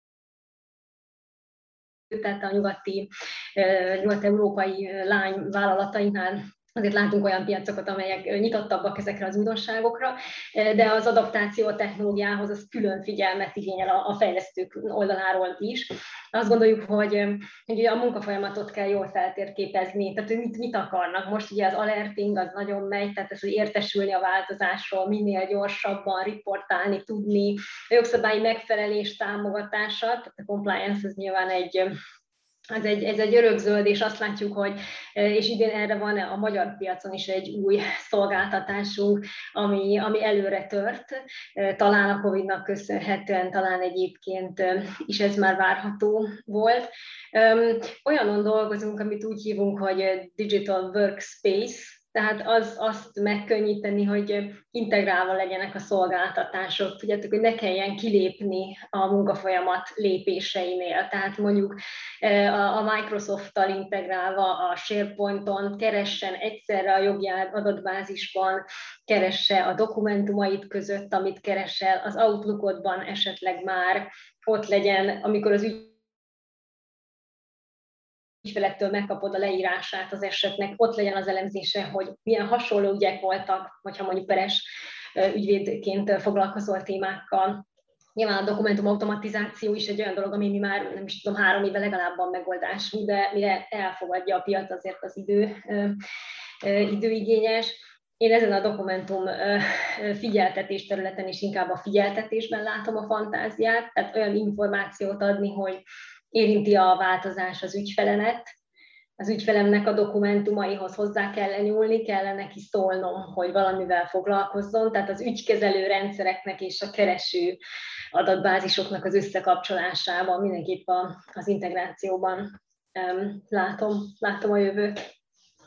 tehát a nyugat-európai lányvállalatainál azért látunk olyan piacokat, amelyek nyitottabbak ezekre az újdonságokra, de az adaptáció a technológiához az külön figyelmet igényel a fejlesztők oldaláról is. Azt gondoljuk, hogy a munkafolyamatot kell jól feltérképezni, tehát hogy mit akarnak. Most ugye az alerting az nagyon megy, tehát ez, hogy értesülni a változásról, minél gyorsabban riportálni, tudni, a jogszabályi megfelelés támogatása, tehát a compliance az nyilván ez egy örökzöld, és azt látjuk, hogy és idén erre van a magyar piacon is egy új szolgáltatásunk, ami előre tört, talán a Covid-nak köszönhetően, talán egyébként is ez már várható volt. Olyanon dolgozunk, amit úgy hívunk, hogy Digital Workspace, tehát azt megkönnyíteni, hogy integrálva legyenek a szolgáltatások. Tudjátok, hogy ne kelljen kilépni a munkafolyamat lépéseinél. Tehát mondjuk a Microsoft-tal integrálva a SharePoint-on keressen egyszerre a jogi adatbázisban, keresse a dokumentumait között, amit keresel, az Outlook-odban esetleg már ott legyen, amikor az ügyfelektől megkapod a leírását az esetnek, ott legyen az elemzése, hogy milyen hasonló ügyek voltak, hogyha mondjuk peres ügyvédként foglalkozol témákkal. Nyilván a dokumentum automatizáció is egy olyan dolog, ami mi már, nem is tudom, 3 éve legalább van megoldás, de mire elfogadja a piac, azért az időigényes. Én ezen a dokumentum figyeltetés területen is inkább a figyeltetésben látom a fantáziát, tehát olyan információt adni, hogy érinti a változás az ügyfelemet, az ügyfelemnek a dokumentumaihoz hozzá kell nyúlni, kellene neki szólnom, hogy valamivel foglalkozzon, tehát az ügykezelő rendszereknek és a kereső adatbázisoknak az összekapcsolásában, mindenképp az integrációban látom a jövőt.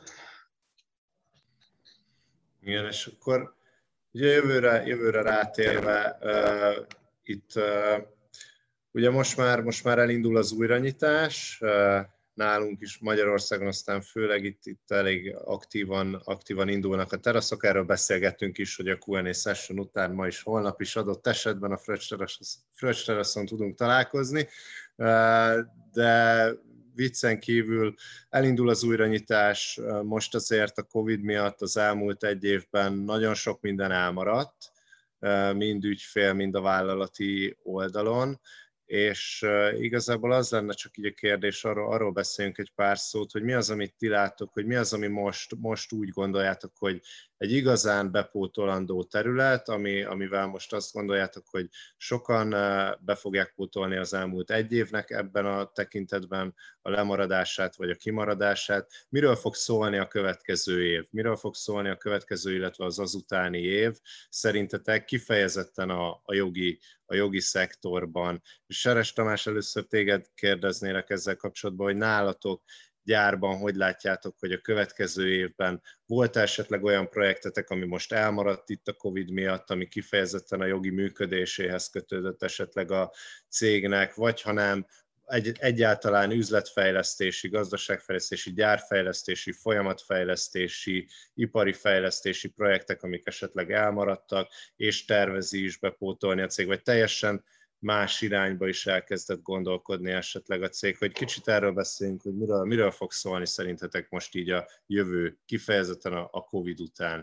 Igen, és akkor ugye jövőre rátérve, itt ugye most már elindul az újranyitás, nálunk is Magyarországon, aztán főleg itt elég aktívan indulnak a teraszok. Erről beszélgettünk is, hogy a Q&A session után ma is, holnap is adott esetben a Fröccs teraszon tudunk találkozni, de viccen kívül elindul az újranyitás. Most azért a Covid miatt az elmúlt 1 évben nagyon sok minden elmaradt, mind ügyfél, mind a vállalati oldalon, és igazából az lenne csak így a kérdés, arról beszéljünk egy pár szót, hogy mi az, amit ti láttok, hogy mi az, ami most úgy gondoljátok, hogy egy igazán bepótolandó terület, amivel most azt gondoljátok, hogy sokan be fogják pótolni az elmúlt 1 évnek ebben a tekintetben a lemaradását vagy a kimaradását. Miről fog szólni a következő év? Miről fog szólni a következő, illetve az azutáni év? Szerintetek kifejezetten a jogi szektorban. Seres Tamás, először téged kérdeznélek ezzel kapcsolatban, hogy nálatok gyárban hogy látjátok, hogy a következő évben volt esetleg olyan projektetek, ami most elmaradt itt a Covid miatt, ami kifejezetten a jogi működéséhez kötődött esetleg a cégnek, vagy ha nem, egyáltalán üzletfejlesztési, gazdaságfejlesztési, gyárfejlesztési, folyamatfejlesztési, ipari fejlesztési projektek, amik esetleg elmaradtak, és tervezi is bepótolni a cég, vagy teljesen más irányba is elkezdett gondolkodni esetleg a cég, hogy kicsit erről beszéljünk, hogy miről fog szólni szerintetek most így a jövő, kifejezetten a Covid után.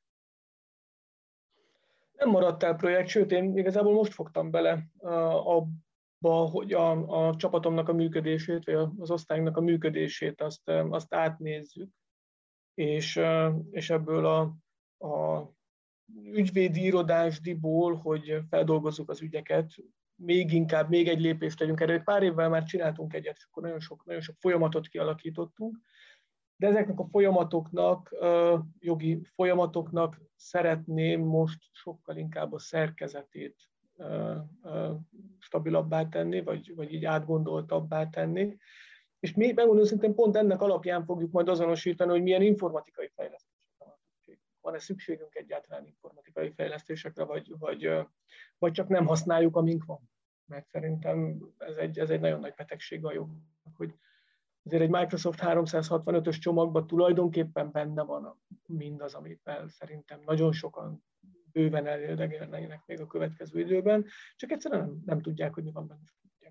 Nem maradt el projekt, sőt, én igazából most fogtam bele abba, hogy a csapatomnak a működését, vagy az osztályunknak a működését azt átnézzük, és ebből a ügyvédi irodásdiból, hogy feldolgozzuk az ügyeket, még egy lépést tegyünk erre. Pár évvel már csináltunk egyet, és akkor nagyon sok folyamatot kialakítottunk, de ezeknek a folyamatoknak, jogi folyamatoknak szeretném most sokkal inkább a szerkezetét stabilabbá tenni, vagy így átgondoltabbá tenni. És mi, megmondom szintén, pont ennek alapján fogjuk majd azonosítani, hogy milyen informatikai fejlesztésekre van szükség. Van-e szükségünk egyáltalán informatikai fejlesztésekre, vagy csak nem használjuk, amink van. Mert szerintem ez egy nagyon nagy betegség a jognak, hogy azért egy Microsoft 365-ös csomagban tulajdonképpen benne van mindaz, amivel szerintem nagyon sokan bőven elérdegelnének még a következő időben, csak egyszerűen nem tudják, hogy mi van benne.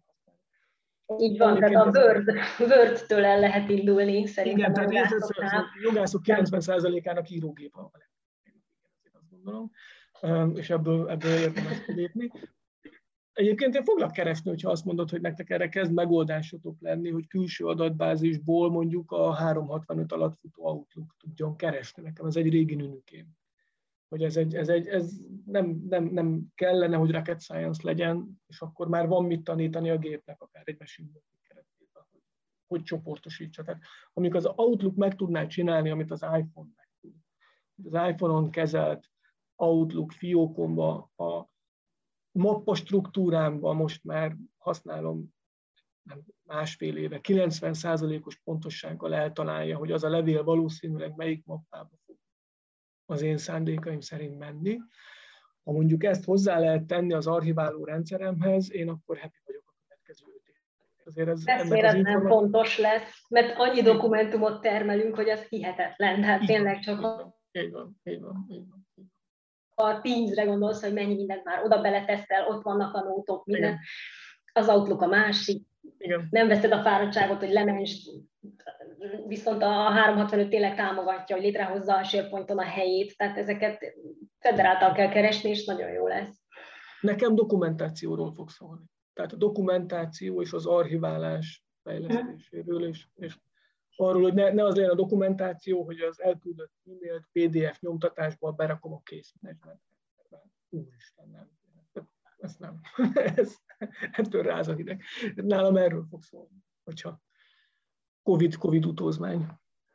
Így van, tehát a Word-től el lehet indulni szerintem. Igen, tehát a jogászok 90%-ának írógép van. Azt gondolom, és ebből érdemes kilépni. Egyébként én foglak keresni, hogyha azt mondod, hogy nektek erre kezd megoldásotok lenni, hogy külső adatbázisból mondjuk a 365 alatt futó Outlook tudjon keresni. Nekem ez egy régi nünükém. Hogy ez nem kellene, hogy rocket science legyen, és akkor már van mit tanítani a gépnek, akár egy machine learning keretében, hogy csoportosítsa. Tehát amikor az Outlook meg tudná csinálni, amit az iPhone meg tud. Az iPhone-on kezelt Outlook fiókomba, a mappa struktúrámban most már használom másfél éve, 90%-os pontossággal eltalálja, hogy az a levél valószínűleg melyik mappába fog az én szándékaim szerint menni. Ha mondjuk ezt hozzá lehet tenni az archiváló rendszeremhez, én akkor happy vagyok a következő 5 év. Azért eszméletlen fontos lesz, mert annyi dokumentumot termelünk, hogy az hihetetlen. Tehát tényleg csak így van. A Teams-re gondolsz, hogy mennyi mindent már oda beletesztel, ott vannak a nótok, minden. Igen. Az Outlook a másik. Igen. Nem veszed a fáradtságot, hogy lemenj, viszont a 365 tényleg támogatja, hogy létrehozza a SharePoint-on a helyét, tehát ezeket federáltan kell keresni, és nagyon jó lesz. Nekem dokumentációról fog szólni. Tehát a dokumentáció és az archiválás fejlesztéséről, és arról, hogy ne az legyen a dokumentáció, hogy az elküldött e-mailt PDF nyomtatásban berakom a case managementbe. Úristen, nem. Ezt nem. Ettől ráz a hideg. Nálam erről fog szólni, hogyha Covid utózmány.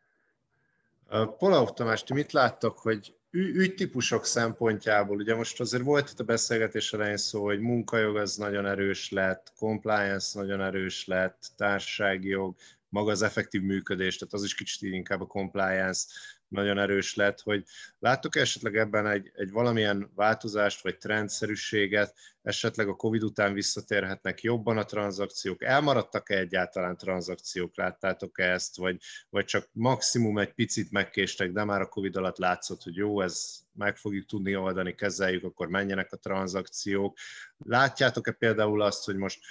Polauf Tamás, ti mit láttok, hogy ügytípusok szempontjából, ugye most azért volt itt a beszélgetés elején szó, hogy munkajog az nagyon erős lett, compliance nagyon erős lett, társasági jog, maga az effektív működés, tehát az is kicsit inkább a compliance nagyon erős lett, hogy láttok esetleg ebben egy valamilyen változást vagy trendszerűséget, esetleg a Covid után visszatérhetnek jobban a tranzakciók, elmaradtak-e egyáltalán tranzakciók, láttátok-e ezt, vagy csak maximum egy picit megkéstek, de már a Covid alatt látszott, hogy jó, ez meg fogjuk tudni oldani, kezeljük, akkor menjenek a tranzakciók. Látjátok-e például azt, hogy most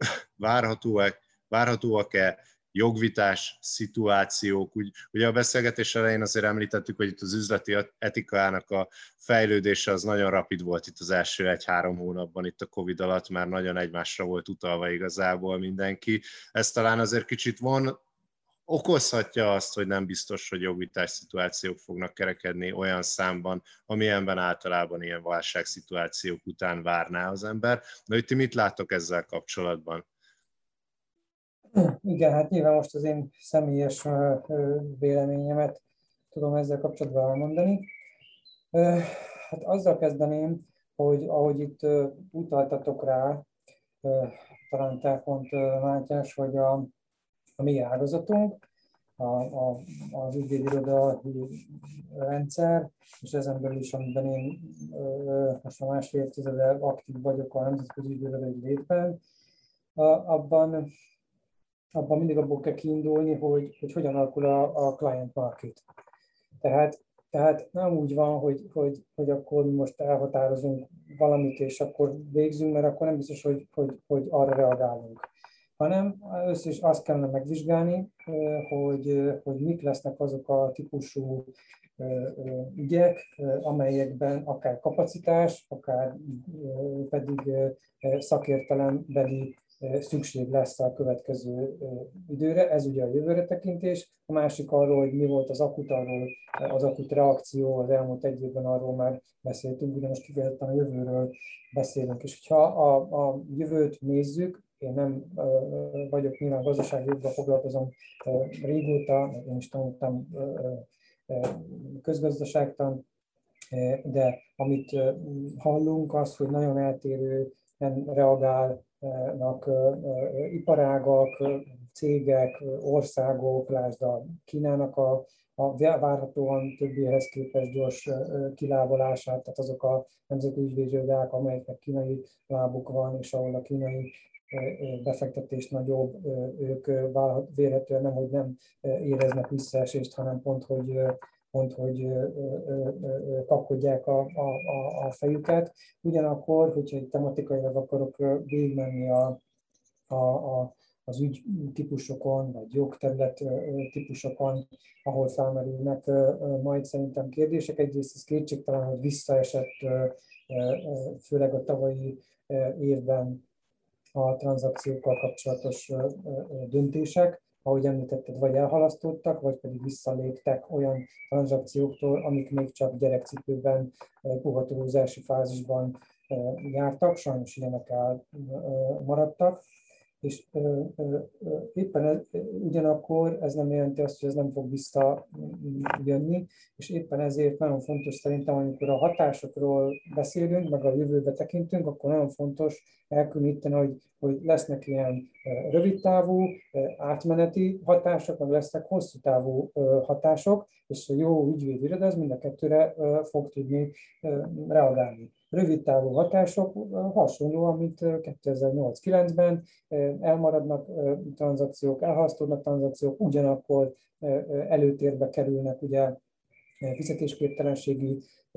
várhatóak-e jogvitás szituációk. Ugye a beszélgetés elején azért említettük, hogy itt az üzleti etikának a fejlődése az nagyon rapid volt itt az első 1-3 hónapban, itt a Covid alatt már nagyon egymásra volt utalva igazából mindenki. Ez talán azért kicsit okozhatja azt, hogy nem biztos, hogy jogvitás szituációk fognak kerekedni olyan számban, amilyenben általában ilyen válságszituációk után várná az ember. De hogy ti mit láttok ezzel kapcsolatban? Igen, hát nyilván most az én személyes véleményemet tudom ezzel kapcsolatban elmondani. Hát azzal kezdeném, hogy ahogy itt utaltatok rá, talán te pont Mátyás, hogy a mi ágazatunk, az ügyvédirodai rendszer, és ezen belül is, amiben én most a másfél évtizede aktív vagyok a nemzetközi ügyvédirodai létben, abban mindig abból kell kiindulni, hogy hogyan alakul a client market. Tehát nem úgy van, hogy akkor most elhatározunk valamit, és akkor végzünk, mert akkor nem biztos, hogy arra reagálunk. Hanem össze is azt kellene megvizsgálni, hogy mik lesznek azok a típusú ügyek, amelyekben akár kapacitás, akár pedig szakértelembeli szükség lesz a következő időre, ez ugye a jövőre tekintés, a másik arról, hogy mi volt az akut reakció, az elmúlt egy évben arról már beszéltünk, ugye most kifejezetten a jövőről beszélünk, és ha a jövőt nézzük, én nem vagyok nyilván gazdaságjogban foglalkozom régóta, én is tanultam közgazdaságtan, de amit hallunk az, hogy nagyon eltérően reagálnak iparágak, cégek, országok, lásd a Kínának a várhatóan többihez képest gyors kilábalását, tehát azok a nemzeti ügyvédirodák, amelyeknek kínai lábuk van, és ahol a kínai befektetés nagyobb, ők vélhetően nem, hogy nem éreznek visszaesést, hanem pont, hogy kapkodják a fejüket. Ugyanakkor, hogyha egy tematikailag akarok végigmenni az ügy típusokon, vagy jogterület típusokon, ahol felmerülnek majd szerintem kérdések. Egyrészt ez kétségtelen, hogy visszaesett, főleg a tavalyi évben a tranzakciókkal kapcsolatos döntések, ahogy említetted, vagy elhalasztottak, vagy pedig visszaléptek olyan tranzakcióktól, amik még csak gyerekcipőben, puhatolózási fázisban jártak, sajnos ilyenek maradtak. És éppen ugyanakkor ez nem jelenti azt, hogy ez nem fog visszajönni, és éppen ezért nagyon fontos szerintem, amikor a hatásokról beszélünk, meg a jövőbe tekintünk, akkor nagyon fontos elkülöníteni, hogy lesznek ilyen rövidtávú, átmeneti hatások, meg lesznek hosszú távú hatások, és a jó ügyvédiroda az mind a kettőre fog tudni reagálni. Rövid távú hatások hasonlóan, mint 2008-9-ben, elmaradnak tranzakciók, elhalasztódnak tranzakciók, ugyanakkor előtérbe kerülnek ugye fizetésképtelenségi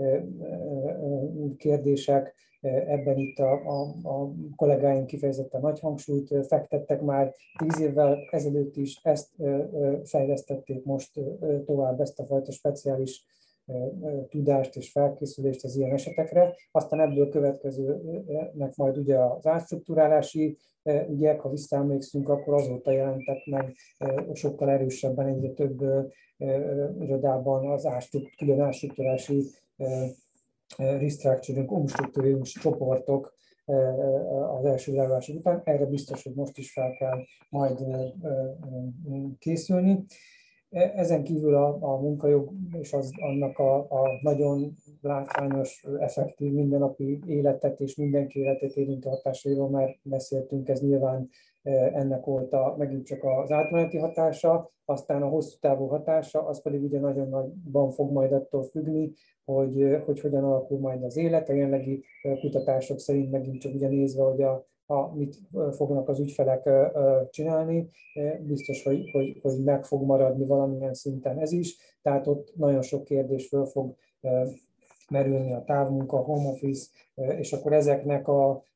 kérdések, ebben itt a kollégáink kifejezetten nagy hangsúlyt fektettek már 10 évvel ezelőtt is, ezt fejlesztették most tovább, ezt a fajta speciális tudást és felkészülést az ilyen esetekre. Aztán ebből következőnek majd ugye az átstruktúrálási ügyek, ha visszaemlékszünk, akkor azóta jelentek meg sokkal erősebben, egyre több irodában az külön átstruktúrálási restructuring, umstruktúrálós csoportok az első világháború után. Erre biztos, hogy most is fel kell majd készülni. Ezen kívül a munkajog és annak a nagyon látványos, effektív mindennapi életet és mindenki életét érintő hatásairól már beszéltünk, ez nyilván ennek volt megint csak az átmeneti hatása, aztán a hosszú távú hatása, az pedig ugye nagyon nagyban fog majd attól függni, hogy hogyan alakul majd az élet. A jelenlegi kutatások szerint megint csak ugye nézve, hogy mit fognak az ügyfelek csinálni, biztos, hogy meg fog maradni valamilyen szinten ez is, tehát ott nagyon sok kérdés föl fog merülni, a távmunka, a home office, és akkor ezeknek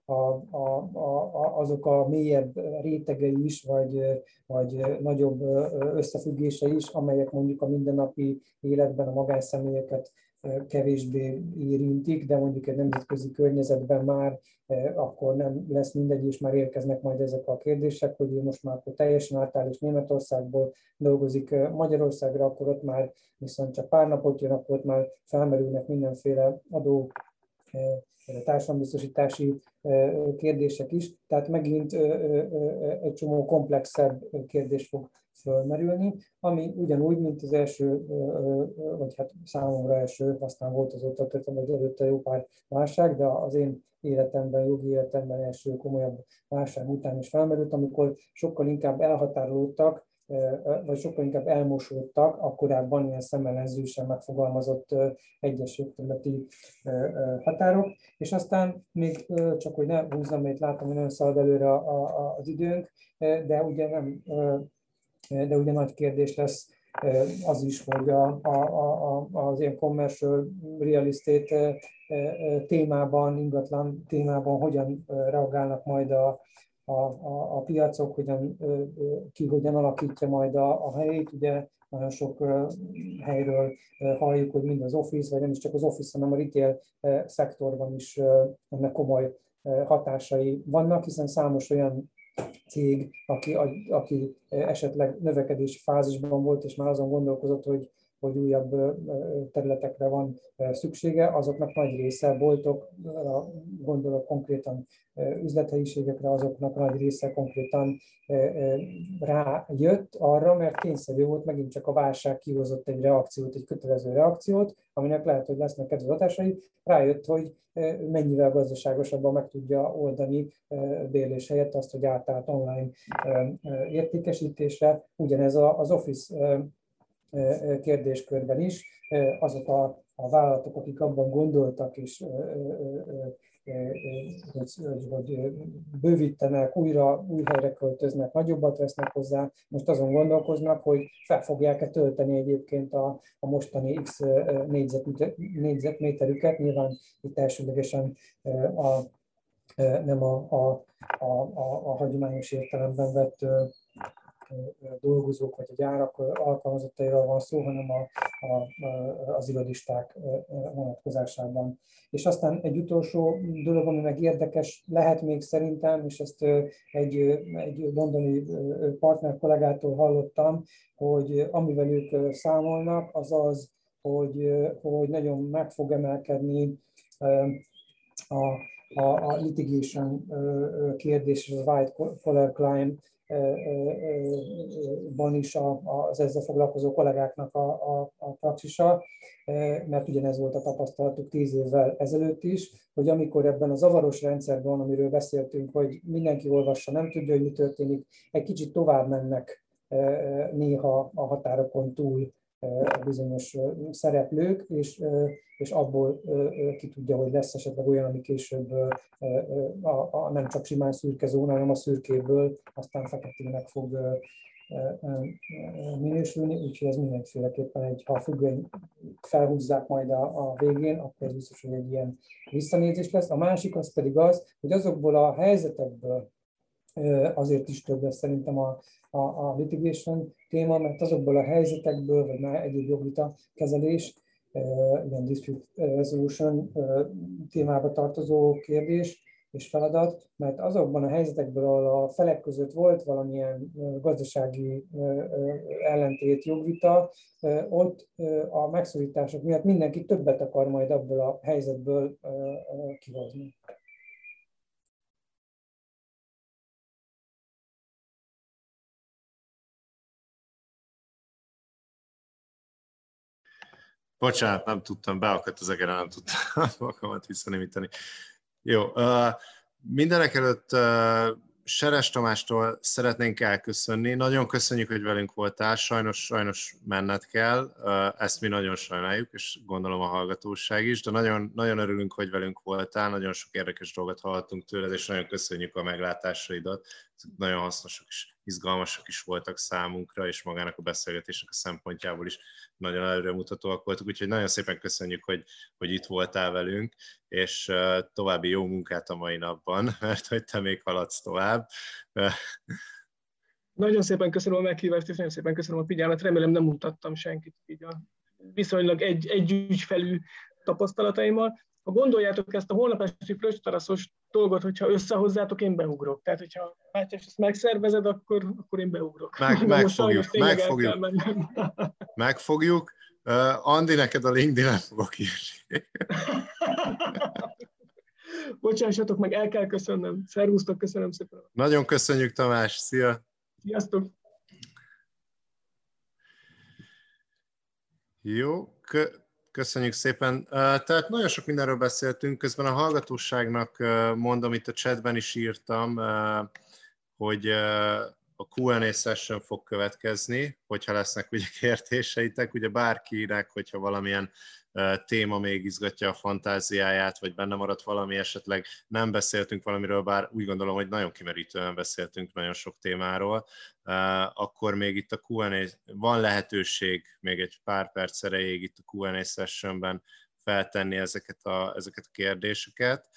azok a mélyebb rétegei is, vagy nagyobb összefüggései is, amelyek mondjuk a mindennapi életben a magánszemélyeket kevésbé érintik, de mondjuk egy nemzetközi környezetben már akkor nem lesz mindegy, és már érkeznek majd ezek a kérdések, hogy most már akkor teljesen átáll, és Németországból dolgozik Magyarországra, akkor ott már viszont csak pár napot jön, akkor ott már felmerülnek mindenféle adó, társadalombiztosítási kérdések is, tehát megint egy csomó komplexebb kérdés fog fölmerülni, ami ugyanúgy, mint az első, vagy hát számomra első, aztán volt azóta történet, hogy előtte jó pár válság, de az én életemben, jogi életemben első komolyabb válság után is felmerült, amikor sokkal inkább elhatárolódtak, vagy sokkal inkább elmosódtak a korábban ilyen szemellenzősen megfogalmazott egyes jogterületi határok, és aztán még csak, hogy ne húzzam, mert látom, hogy nagyon szalad előre az időnk, de ugye nagy kérdés lesz az is, hogy az ilyen commercial real estate témában, ingatlan témában hogyan reagálnak majd a piacok, hogyan alakítja majd a helyét. Ugye nagyon sok helyről halljuk, hogy mind az office, vagy nem is csak az office, hanem a retail szektorban is ennek komoly hatásai vannak, hiszen számos olyan cég, aki esetleg növekedési fázisban volt, és már azon gondolkozott, hogy újabb területekre van szüksége, azoknak nagy része, boltokra gondolok konkrétan, üzlethelyiségekre, azoknak nagy része konkrétan rájött arra, mert kényszerű volt, megint csak a válság kihozott egy reakciót, egy kötelező reakciót, aminek lehet, hogy lesznek kedvező hatásai, rájött, hogy mennyivel gazdaságosabban meg tudja oldani bérlés helyett azt, hogy átállt online értékesítésre. Ugyanez az office kérdéskörben is, azok a vállalatok, akik abban gondoltak és hogy bővítenek, új helyre költöznek, nagyobbat vesznek hozzá, most azon gondolkoznak, hogy fel fogják-e tölteni egyébként a mostani X négyzetméterüket, nyilván itt elsődlegesen nem a hagyományos értelemben vett dolgozók vagy a gyárak alkalmazottairól van szó, hanem az irodisták vonatkozásában. És aztán egy utolsó dolog, ami meg érdekes lehet még szerintem, és ezt egy londoni partner kollégától hallottam, hogy amivel ők számolnak, az az, hogy nagyon meg fog emelkedni a litigation kérdés, a white collar crime ban is az ezzel foglalkozó kollégáknak a praxisa, mert ugyanez volt a tapasztalatuk 10 évvel ezelőtt is, hogy amikor ebben a zavaros rendszerben, amiről beszéltünk, hogy mindenki olvassa, nem tudja, hogy mi történik, egy kicsit tovább mennek néha a határokon túl bizonyos szereplők, és abból ki tudja, hogy lesz esetleg olyan, ami később nem csak simán szürke zóna, hanem a szürkéből aztán feketének fog minősülni, úgyhogy ez mindenféleképpen ha a függvény felhúzzák majd a végén, akkor ez biztos, hogy egy ilyen visszanézés lesz. A másik az pedig az, hogy azokból a helyzetekből azért is több lesz szerintem a litigation téma, mert azokból a helyzetekből, vagy már egyéb jogvita kezelés, ilyen dispute resolution témába tartozó kérdés és feladat, mert azokban a helyzetekből, ahol a felek között volt valamilyen gazdasági ellentét, jogvita, ott a megszorítások miatt mindenki többet akar majd abból a helyzetből kihozni. Bocsánat, nem tudtam, beakadt az egeren, nem tudtam magamat visszanémítani. Jó, mindenek előtt Seres Tamástól szeretnénk elköszönni. Nagyon köszönjük, hogy velünk voltál, sajnos menned kell, ezt mi nagyon sajnáljuk, és gondolom a hallgatóság is, de nagyon, nagyon örülünk, hogy velünk voltál, nagyon sok érdekes dolgot hallottunk tőled, és nagyon köszönjük a meglátásaidat. Nagyon hasznosak és izgalmasak is voltak számunkra, és magának a beszélgetésnek a szempontjából is nagyon előremutatóak voltak, úgyhogy nagyon szépen köszönjük, hogy itt voltál velünk, és további jó munkát a mai napban, mert hogy te még haladsz tovább. Nagyon szépen köszönöm a meghívást, és nagyon szépen köszönöm a figyelmet. Remélem nem mutattam senkit így a viszonylag egy ügyfelű tapasztalataimmal. Ha gondoljátok ezt a holnap esti fröccstaraszos dolgot, hogyha összehozzátok, én beugrok. Tehát, hogyha Mátyás ezt megszervezed, akkor én beugrok. Megfogjuk. Andi, neked a LinkedIn-en fogok írni. Bocsássatok meg, el kell köszönnöm. Szervusztok, köszönöm szépen. Nagyon köszönjük, Tamás. Szia! Sziasztok! Jó, köszönjük szépen. Tehát nagyon sok mindenről beszéltünk, közben a hallgatóságnak mondom, itt a chatben is írtam, hogy a Q&A session fog következni, hogyha lesznek ugye kérdéseitek, ugye bárkinek, hogyha valamilyen téma még izgatja a fantáziáját, vagy benne maradt valami, esetleg nem beszéltünk valamiről, bár úgy gondolom, hogy nagyon kimerítően beszéltünk nagyon sok témáról, akkor még itt a Q&A, van lehetőség még egy pár perc erejéig itt a Q&A sessionben feltenni ezeket a kérdéseket.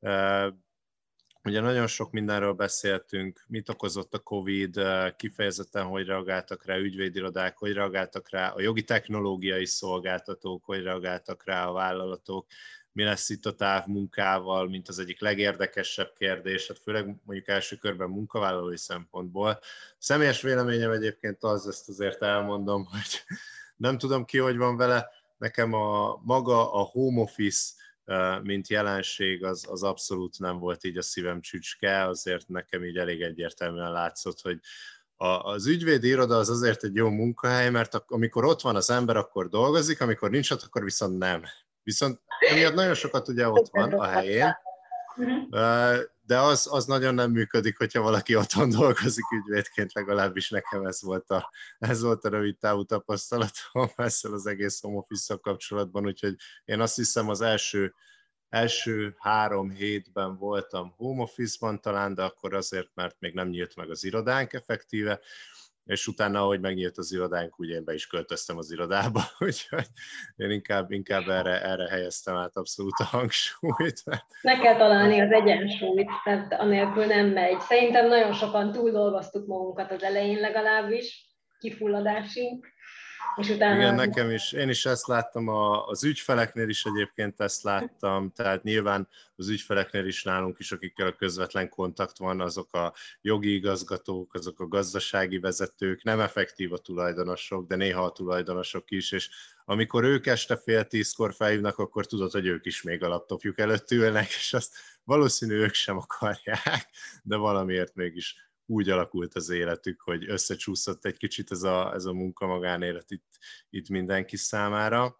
Ugye nagyon sok mindenről beszéltünk, mit okozott a Covid, kifejezetten hogy reagáltak rá ügyvédirodák, hogy reagáltak rá a jogi technológiai szolgáltatók, hogy reagáltak rá a vállalatok, mi lesz itt a távmunkával, mint az egyik legérdekesebb kérdés, hát főleg mondjuk első körben munkavállalói szempontból. Személyes véleményem egyébként az, ezt azért elmondom, hogy nem tudom ki, hogy van vele, nekem maga a home office, mint jelenség, az abszolút nem volt így a szívem csücske, azért nekem így elég egyértelműen látszott, hogy az ügyvédi iroda az azért egy jó munkahely, mert amikor ott van az ember, akkor dolgozik, amikor nincs ott, akkor viszont nem. Viszont emiatt nagyon sokat ugye ott van a helyén, de az nagyon nem működik, hogyha valaki otthon dolgozik ügyvédként, legalábbis nekem ez volt a rövid távú tapasztalatom ezzel az egész home office-szal kapcsolatban, úgyhogy én azt hiszem az első első 3 hétben voltam home office-ban talán, de akkor azért, mert még nem nyílt meg az irodánk effektíve, és utána, ahogy megnyílt az irodánk, úgy én be is költöztem az irodába, úgyhogy én inkább erre helyeztem át abszolút a hangsúlyt. Meg kell találni az egyensúlyt, tehát anélkül nem megy. Szerintem nagyon sokan túldolgoztuk magunkat az elején legalábbis, kifulladásig, és utána... Igen, nekem is. Én is ezt láttam, az ügyfeleknél is egyébként ezt láttam, tehát nyilván az ügyfeleknél is nálunk is, akikkel a közvetlen kontakt van, azok a jogi igazgatók, azok a gazdasági vezetők, nem effektív a tulajdonosok, de néha a tulajdonosok is, és amikor ők este 9:30-kor felhívnak, akkor tudod, hogy ők is még a laptopjuk előtt ülnek, és azt valószínű ők sem akarják, de valamiért mégis úgy alakult az életük, hogy összecsúszott egy kicsit ez a munka-magánélet itt mindenki számára.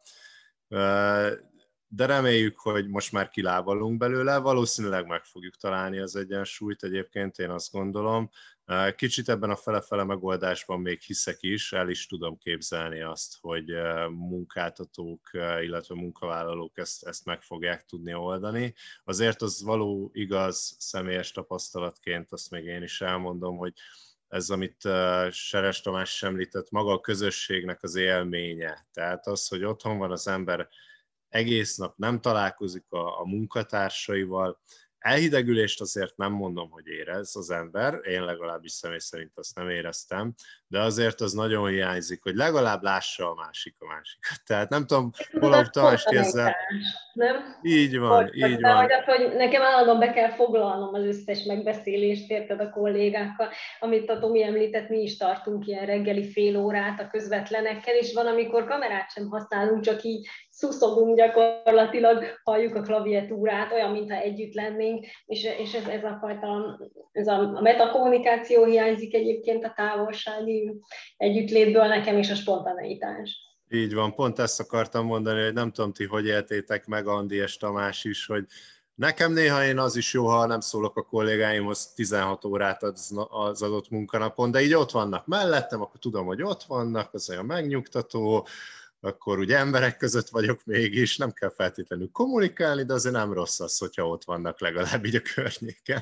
De reméljük, hogy most már kilábalunk belőle, valószínűleg meg fogjuk találni az egyensúlyt, egyébként én azt gondolom. Kicsit ebben a fele-fele megoldásban még hiszek is, el is tudom képzelni azt, hogy munkáltatók, illetve munkavállalók ezt meg fogják tudni oldani. Azért az való igaz személyes tapasztalatként, azt még én is elmondom, hogy ez, amit Seres Tamás említett, maga a közösségnek az élménye. Tehát az, hogy otthon van az ember, egész nap nem találkozik a munkatársaival, elhidegülést azért nem mondom, hogy érez az ember, én legalábbis személy szerint azt nem éreztem, de azért az nagyon hiányzik, hogy legalább lássa a másikat. Tehát nem tudom, hol Tamás ezzel... Nem? Így van, így van. Hogy nekem állandóan be kell foglalnom az összes megbeszélést, érted, a kollégákkal, amit a Tomi említett, mi is tartunk ilyen reggeli fél órát a közvetlenekkel, és van, amikor kamerát sem használunk, csak így szuszogunk gyakorlatilag, halljuk a klaviatúrát, olyan, mintha együtt lennénk, és ez a fajta, a metakommunikáció hiányzik egyébként a távolsági együttlétből nekem, és a spontaneitás. Így van, pont ezt akartam mondani, hogy nem tudom ti, hogy éltétek meg, Andi és Tamás is, hogy nekem néha én az is jó, ha nem szólok a kollégáimhoz 16 órát az adott munkanapon, de így ott vannak mellettem, akkor tudom, hogy ott vannak, az olyan megnyugtató, akkor ugye emberek között vagyok mégis, nem kell feltétlenül kommunikálni, de azért nem rossz az, hogyha ott vannak legalább így a környéken.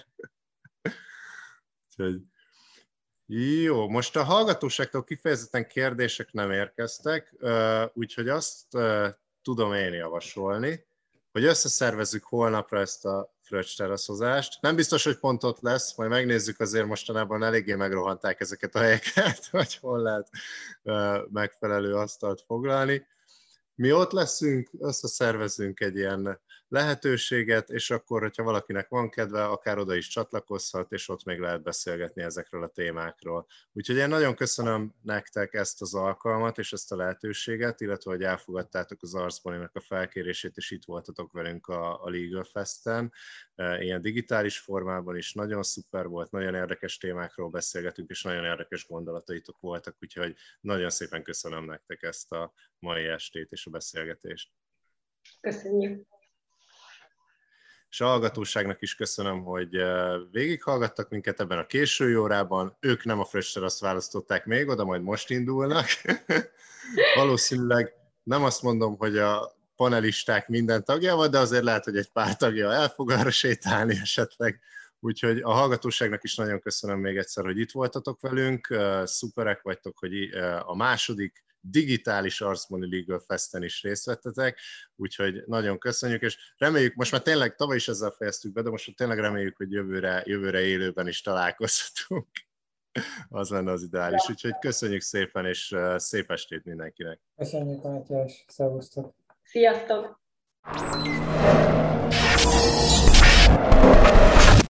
Jó, most a hallgatóságtól kifejezetten kérdések nem érkeztek, úgyhogy azt tudom én javasolni, hogy összeszervezzük holnapra ezt a fröccsterasszozást. Nem biztos, hogy pont ott lesz, majd megnézzük, azért mostanában eléggé megrohanták ezeket a helyeket, hogy hol lehet megfelelő asztalt foglalni. Mi ott leszünk, összeszervezünk egy ilyen lehetőséget, és akkor, hogyha valakinek van kedve, akár oda is csatlakozhat, és ott még lehet beszélgetni ezekről a témákról. Úgyhogy én nagyon köszönöm nektek ezt az alkalmat és ezt a lehetőséget, illetve hogy elfogadtátok az Arcboninak a felkérését, és itt voltatok velünk a Legal Festen. Ilyen digitális formában is nagyon szuper volt, nagyon érdekes témákról beszélgetünk, és nagyon érdekes gondolataitok voltak, úgyhogy nagyon szépen köszönöm nektek ezt a mai estét és a beszélgetést. Köszönjük. És a hallgatóságnak is köszönöm, hogy végighallgattak minket ebben a késői órában. Ők nem a Fröccsteraszt választották még, oda majd most indulnak. Valószínűleg nem azt mondom, hogy a panelisták minden tagjával, de azért lehet, hogy egy pár tagja el fog arra sétálni esetleg. Úgyhogy a hallgatóságnak is nagyon köszönöm még egyszer, hogy itt voltatok velünk. Szuperek vagytok, hogy a második digitális Arcboni Legal Festen is részt vettetek, úgyhogy nagyon köszönjük, és reméljük, most már tényleg tavaly is ezzel fejeztük be, de most tényleg reméljük, hogy jövőre élőben is találkozhatunk. Az lenne az ideális, úgyhogy köszönjük szépen, és szép estét mindenkinek. Köszönjük, Mátyás, szervusztok! Sziasztok!